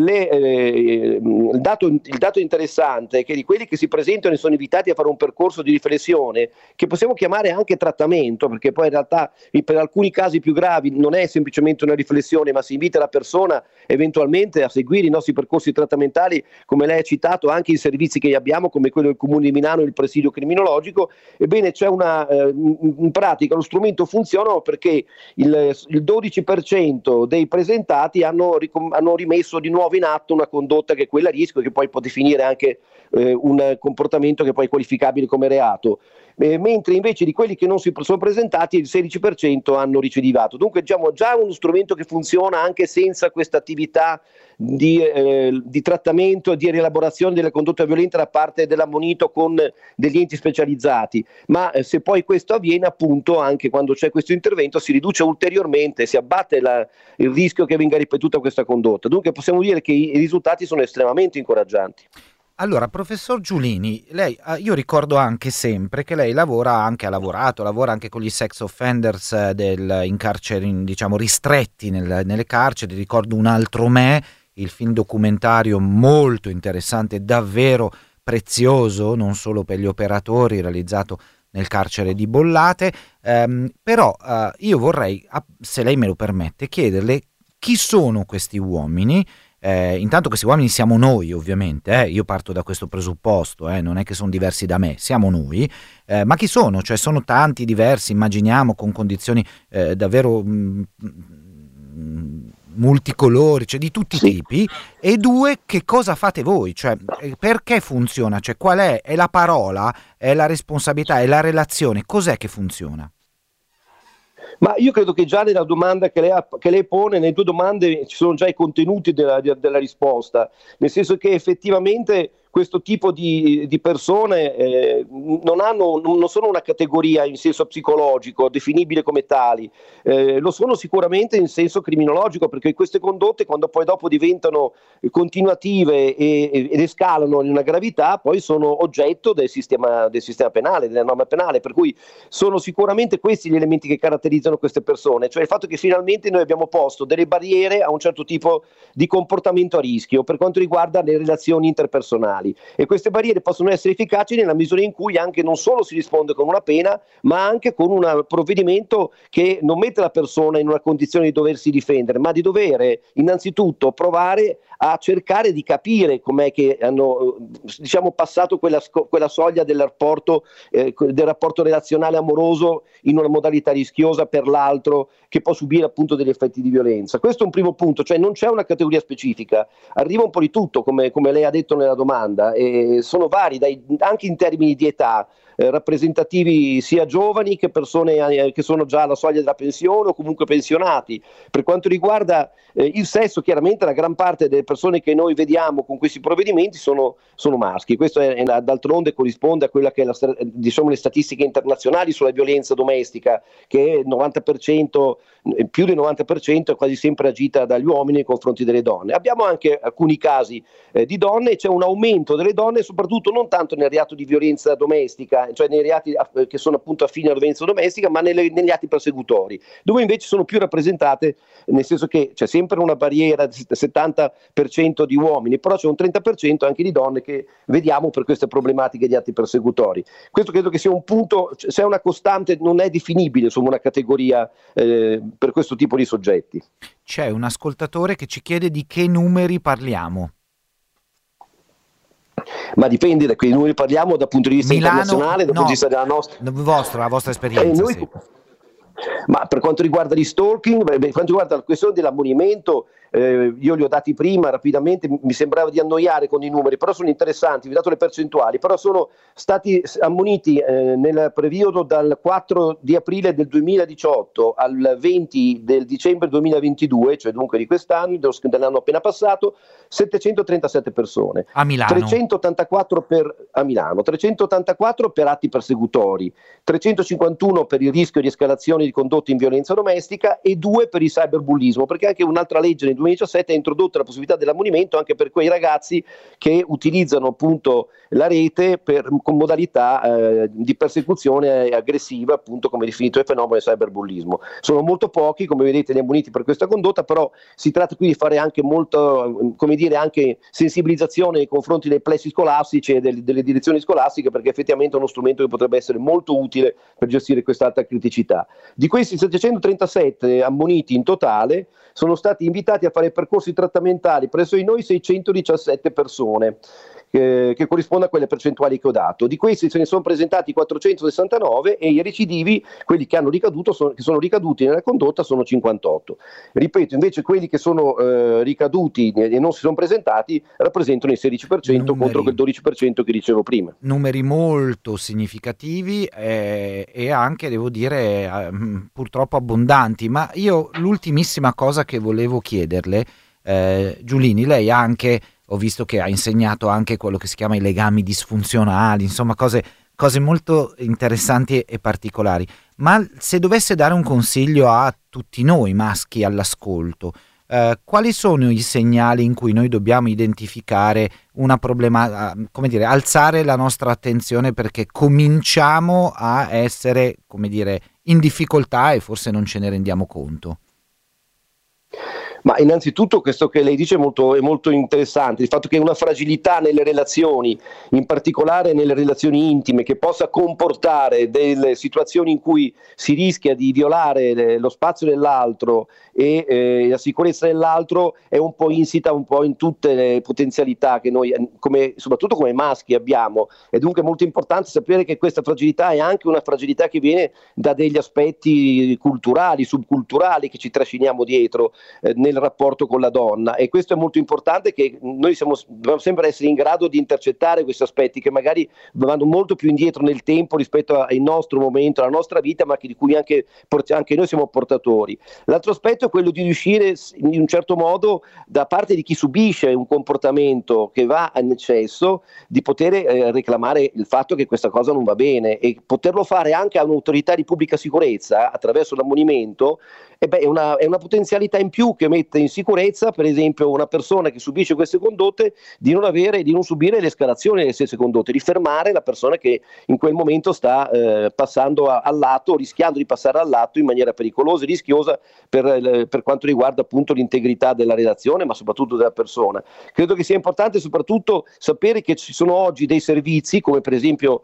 il dato interessante è che di quelli che si presentano e sono invitati a fare un percorso di riflessione, che possiamo chiamare anche trattamento, perché poi in realtà per alcuni casi più gravi non è semplicemente una riflessione, ma si invita la persona eventualmente a seguire i nostri percorsi trattamentali, come lei ha citato, anche i servizi che abbiamo, come quello del Comune di Milano, il presidio criminologico. Ebbene, c'è in pratica lo strumento funziona perché il 12% dei presentati hanno rimesso di nuovo in atto una condotta che è quella a rischio, che poi può definire anche un comportamento che poi è qualificabile come reato. Mentre invece di quelli che non si sono presentati il 16% hanno recidivato. Dunque diciamo già uno strumento che funziona anche senza questa attività di trattamento e di rielaborazione delle condotte violente da parte dell'ammonito con degli enti specializzati, ma se poi questo avviene, appunto, anche quando c'è questo intervento si riduce ulteriormente, si abbatte il rischio che venga ripetuta questa condotta. Dunque possiamo dire che i risultati sono estremamente incoraggianti. Allora, professor Giulini, io ricordo anche sempre che lei lavora anche con gli sex offenders in carceri, diciamo, ristretti nelle carceri. Ricordo Un altro me, il film documentario molto interessante, davvero prezioso, non solo per gli operatori, realizzato nel carcere di Bollate, però io vorrei, se lei me lo permette, chiederle chi sono questi uomini. Intanto questi uomini siamo noi, ovviamente, io parto da questo presupposto, non è che sono diversi da me, siamo noi, ma chi sono? Cioè sono tanti, diversi, immaginiamo, con condizioni davvero multicolori, cioè di tutti i tipi. E due, che cosa fate voi? Cioè perché funziona? Cioè qual è la parola, è la responsabilità, è la relazione, cos'è che funziona? Ma io credo che già nella domanda che lei pone, nelle 2 domande ci sono già i contenuti della risposta, nel senso che effettivamente questo tipo di persone non sono una categoria in senso psicologico definibile come tali, lo sono sicuramente in senso criminologico, perché queste condotte, quando poi dopo diventano continuative ed escalano in una gravità, poi sono oggetto del sistema penale, della norma penale, per cui sono sicuramente questi gli elementi che caratterizzano queste persone, cioè il fatto che finalmente noi abbiamo posto delle barriere a un certo tipo di comportamento a rischio per quanto riguarda le relazioni interpersonali. E queste barriere possono essere efficaci nella misura in cui anche non solo si risponde con una pena, ma anche con un provvedimento che non mette la persona in una condizione di doversi difendere, ma di dover innanzitutto provare a cercare di capire com'è che hanno passato quella soglia del rapporto relazionale amoroso in una modalità rischiosa per l'altro, che può subire appunto degli effetti di violenza. Questo è un primo punto, cioè non c'è una categoria specifica, arriva un po' di tutto, come lei ha detto nella domanda, e sono vari, anche in termini di età, rappresentativi sia giovani che persone che sono già alla soglia della pensione o comunque pensionati. Per quanto riguarda il sesso, chiaramente la gran parte delle persone che noi vediamo con questi provvedimenti sono maschi. Questo d'altronde corrisponde a quella che è le statistiche internazionali sulla violenza domestica, che è 90%, più del 90% è quasi sempre agita dagli uomini nei confronti delle donne. Abbiamo anche alcuni casi di donne, c'è un aumento delle donne, soprattutto non tanto nel reato di violenza domestica cioè nei reati che sono appunto affini alla violenza domestica, ma negli atti persecutori, dove invece sono più rappresentate, nel senso che c'è sempre una barriera del 70% di uomini, però c'è un 30% anche di donne che vediamo per queste problematiche di atti persecutori. Questo credo che sia un punto, se è una costante, non è definibile insomma una categoria per questo tipo di soggetti. C'è un ascoltatore che ci chiede di che numeri parliamo. Ma dipende da quei numeri parliamo dal punto di vista internazionale, dal punto di vista della la vostra esperienza. Ma per quanto riguarda gli stalking, per quanto riguarda la questione dell'ammonimento, io li ho dati prima rapidamente, mi sembrava di annoiare con i numeri, però sono interessanti, vi ho dato le percentuali, però sono stati ammoniti nel periodo dal 4 di aprile del 2018 al 20 del dicembre 2022, cioè dunque di quest'anno, dell'anno appena passato, 737 persone. A Milano. 384 a Milano, 384 per atti persecutori, 351 per il rischio di escalazione di condotte in violenza domestica e 2 per il cyberbullismo, perché anche un'altra legge nel 2017 ha introdotto la possibilità dell'ammonimento anche per quei ragazzi che utilizzano appunto la rete con modalità di persecuzione aggressiva, appunto come definito il fenomeno del cyberbullismo. Sono molto pochi, come vedete, gli ammoniti per questa condotta, però si tratta qui di fare anche molto, come dire, anche sensibilizzazione nei confronti dei plessi scolastici e delle direzioni scolastiche, perché effettivamente è uno strumento che potrebbe essere molto utile per gestire quest'alta criticità. Di questi 737 ammoniti in totale sono stati invitati a fare percorsi trattamentali presso di noi 617 persone, che corrisponde a quelle percentuali che ho dato. Di questi se ne sono presentati 469 e i recidivi, quelli che sono ricaduti nella condotta, sono 58. Ripeto, invece quelli che sono ricaduti e non si sono presentati rappresentano il 16% contro quel 12% che dicevo prima. Numeri molto significativi e anche, devo dire, purtroppo abbondanti. Ma io l'ultimissima cosa che volevo chiederle, Giulini, lei anche, ho visto che ha insegnato anche quello che si chiama i legami disfunzionali, insomma cose molto interessanti e particolari, ma se dovesse dare un consiglio a tutti noi maschi all'ascolto, quali sono i segnali in cui noi dobbiamo identificare una problematica, come dire, alzare la nostra attenzione perché cominciamo a essere, come dire, in difficoltà e forse non ce ne rendiamo conto? Ma innanzitutto questo che lei dice è molto interessante, il fatto che una fragilità nelle relazioni, in particolare nelle relazioni intime, che possa comportare delle situazioni in cui si rischia di violare lo spazio dell'altro e la sicurezza dell'altro, è un po' insita un po' in tutte le potenzialità che noi, soprattutto come maschi, abbiamo. È dunque molto importante sapere che questa fragilità è anche una fragilità che viene da degli aspetti culturali, subculturali che ci trasciniamo dietro nel rapporto con la donna, e questo è molto importante, che noi dobbiamo sempre essere in grado di intercettare questi aspetti che magari vanno molto più indietro nel tempo rispetto al nostro momento, alla nostra vita, ma di cui anche noi siamo portatori. L'altro aspetto è quello di riuscire in un certo modo, da parte di chi subisce un comportamento che va in eccesso, di poter reclamare il fatto che questa cosa non va bene, e poterlo fare anche a un'autorità di pubblica sicurezza attraverso l'ammonimento. È una potenzialità in più che mette in sicurezza, per esempio, una persona che subisce queste condotte di non subire l'escalazione delle stesse condotte, di fermare la persona che in quel momento sta passando all'atto, rischiando di passare all'atto in maniera pericolosa e rischiosa per quanto riguarda appunto l'integrità della relazione, ma soprattutto della persona. Credo che sia importante soprattutto sapere che ci sono oggi dei servizi, come per esempio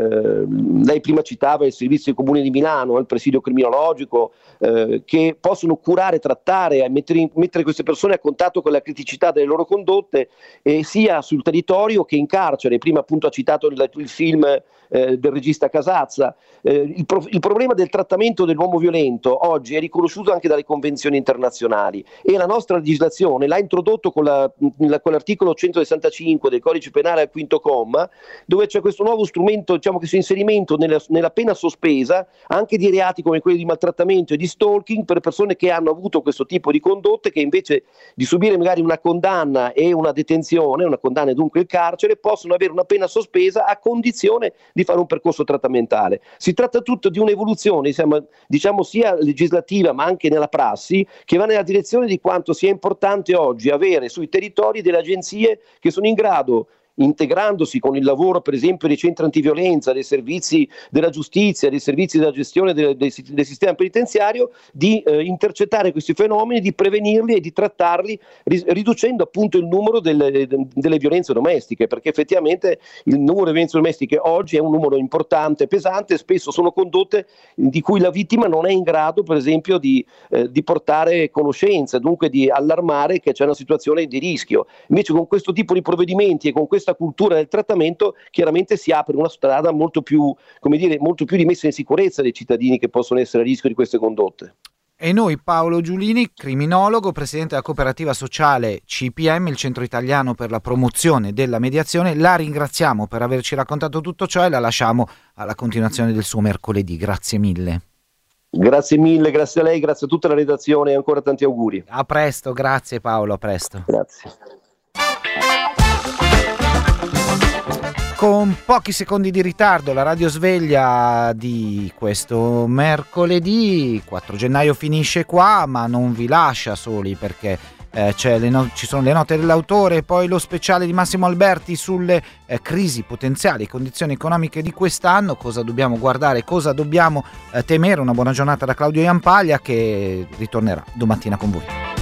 lei prima citava il servizio del Comune di Milano, il presidio criminologico, che possono curare, trattare e mettere queste persone a contatto con la criticità delle loro condotte, sia sul territorio che in carcere. Prima appunto ha citato il film del regista Casazza. Il problema del trattamento dell'uomo violento oggi è riconosciuto anche dalle convenzioni internazionali, e la nostra legislazione l'ha introdotto con l'articolo 165 del codice penale al quinto comma, dove c'è questo nuovo strumento, diciamo, questo inserimento nella pena sospesa anche di reati come quelli di maltrattamento e di stalking per persone che hanno avuto questo tipo di condotte, che invece di subire magari una condanna e una detenzione, una condanna e dunque il carcere, possono avere una pena sospesa a condizione di fare un percorso trattamentale. Si tratta tutto di un'evoluzione, diciamo, sia legislativa ma anche nella prassi, che va nella direzione di quanto sia importante oggi avere sui territori delle agenzie che sono in grado, integrandosi con il lavoro per esempio dei centri antiviolenza, dei servizi della giustizia, dei servizi della gestione del sistema penitenziario, di intercettare questi fenomeni, di prevenirli e di trattarli, riducendo appunto il numero delle violenze domestiche, perché effettivamente il numero di violenze domestiche oggi è un numero importante, pesante, e spesso sono condotte di cui la vittima non è in grado per esempio di portare conoscenza, dunque di allarmare che c'è una situazione di rischio. Invece con questo tipo di provvedimenti e con questa cultura del trattamento chiaramente si apre una strada molto più di messa in sicurezza dei cittadini che possono essere a rischio di queste condotte. E noi, Paolo Giulini, criminologo, presidente della cooperativa sociale CPM, il Centro Italiano per la Promozione della Mediazione, la ringraziamo per averci raccontato tutto ciò e la lasciamo alla continuazione del suo mercoledì. Grazie mille. Grazie mille, grazie a lei, grazie a tutta la redazione e ancora tanti auguri. A presto, grazie Paolo, a presto. Grazie. Con pochi secondi di ritardo la radiosveglia di questo mercoledì 4 gennaio finisce qua, ma non vi lascia soli perché ci sono le note dell'autore e poi lo speciale di Massimo Alberti sulle crisi potenziali e condizioni economiche di quest'anno, cosa dobbiamo guardare, cosa dobbiamo temere. Una buona giornata da Claudio Iampaglia che ritornerà domattina con voi.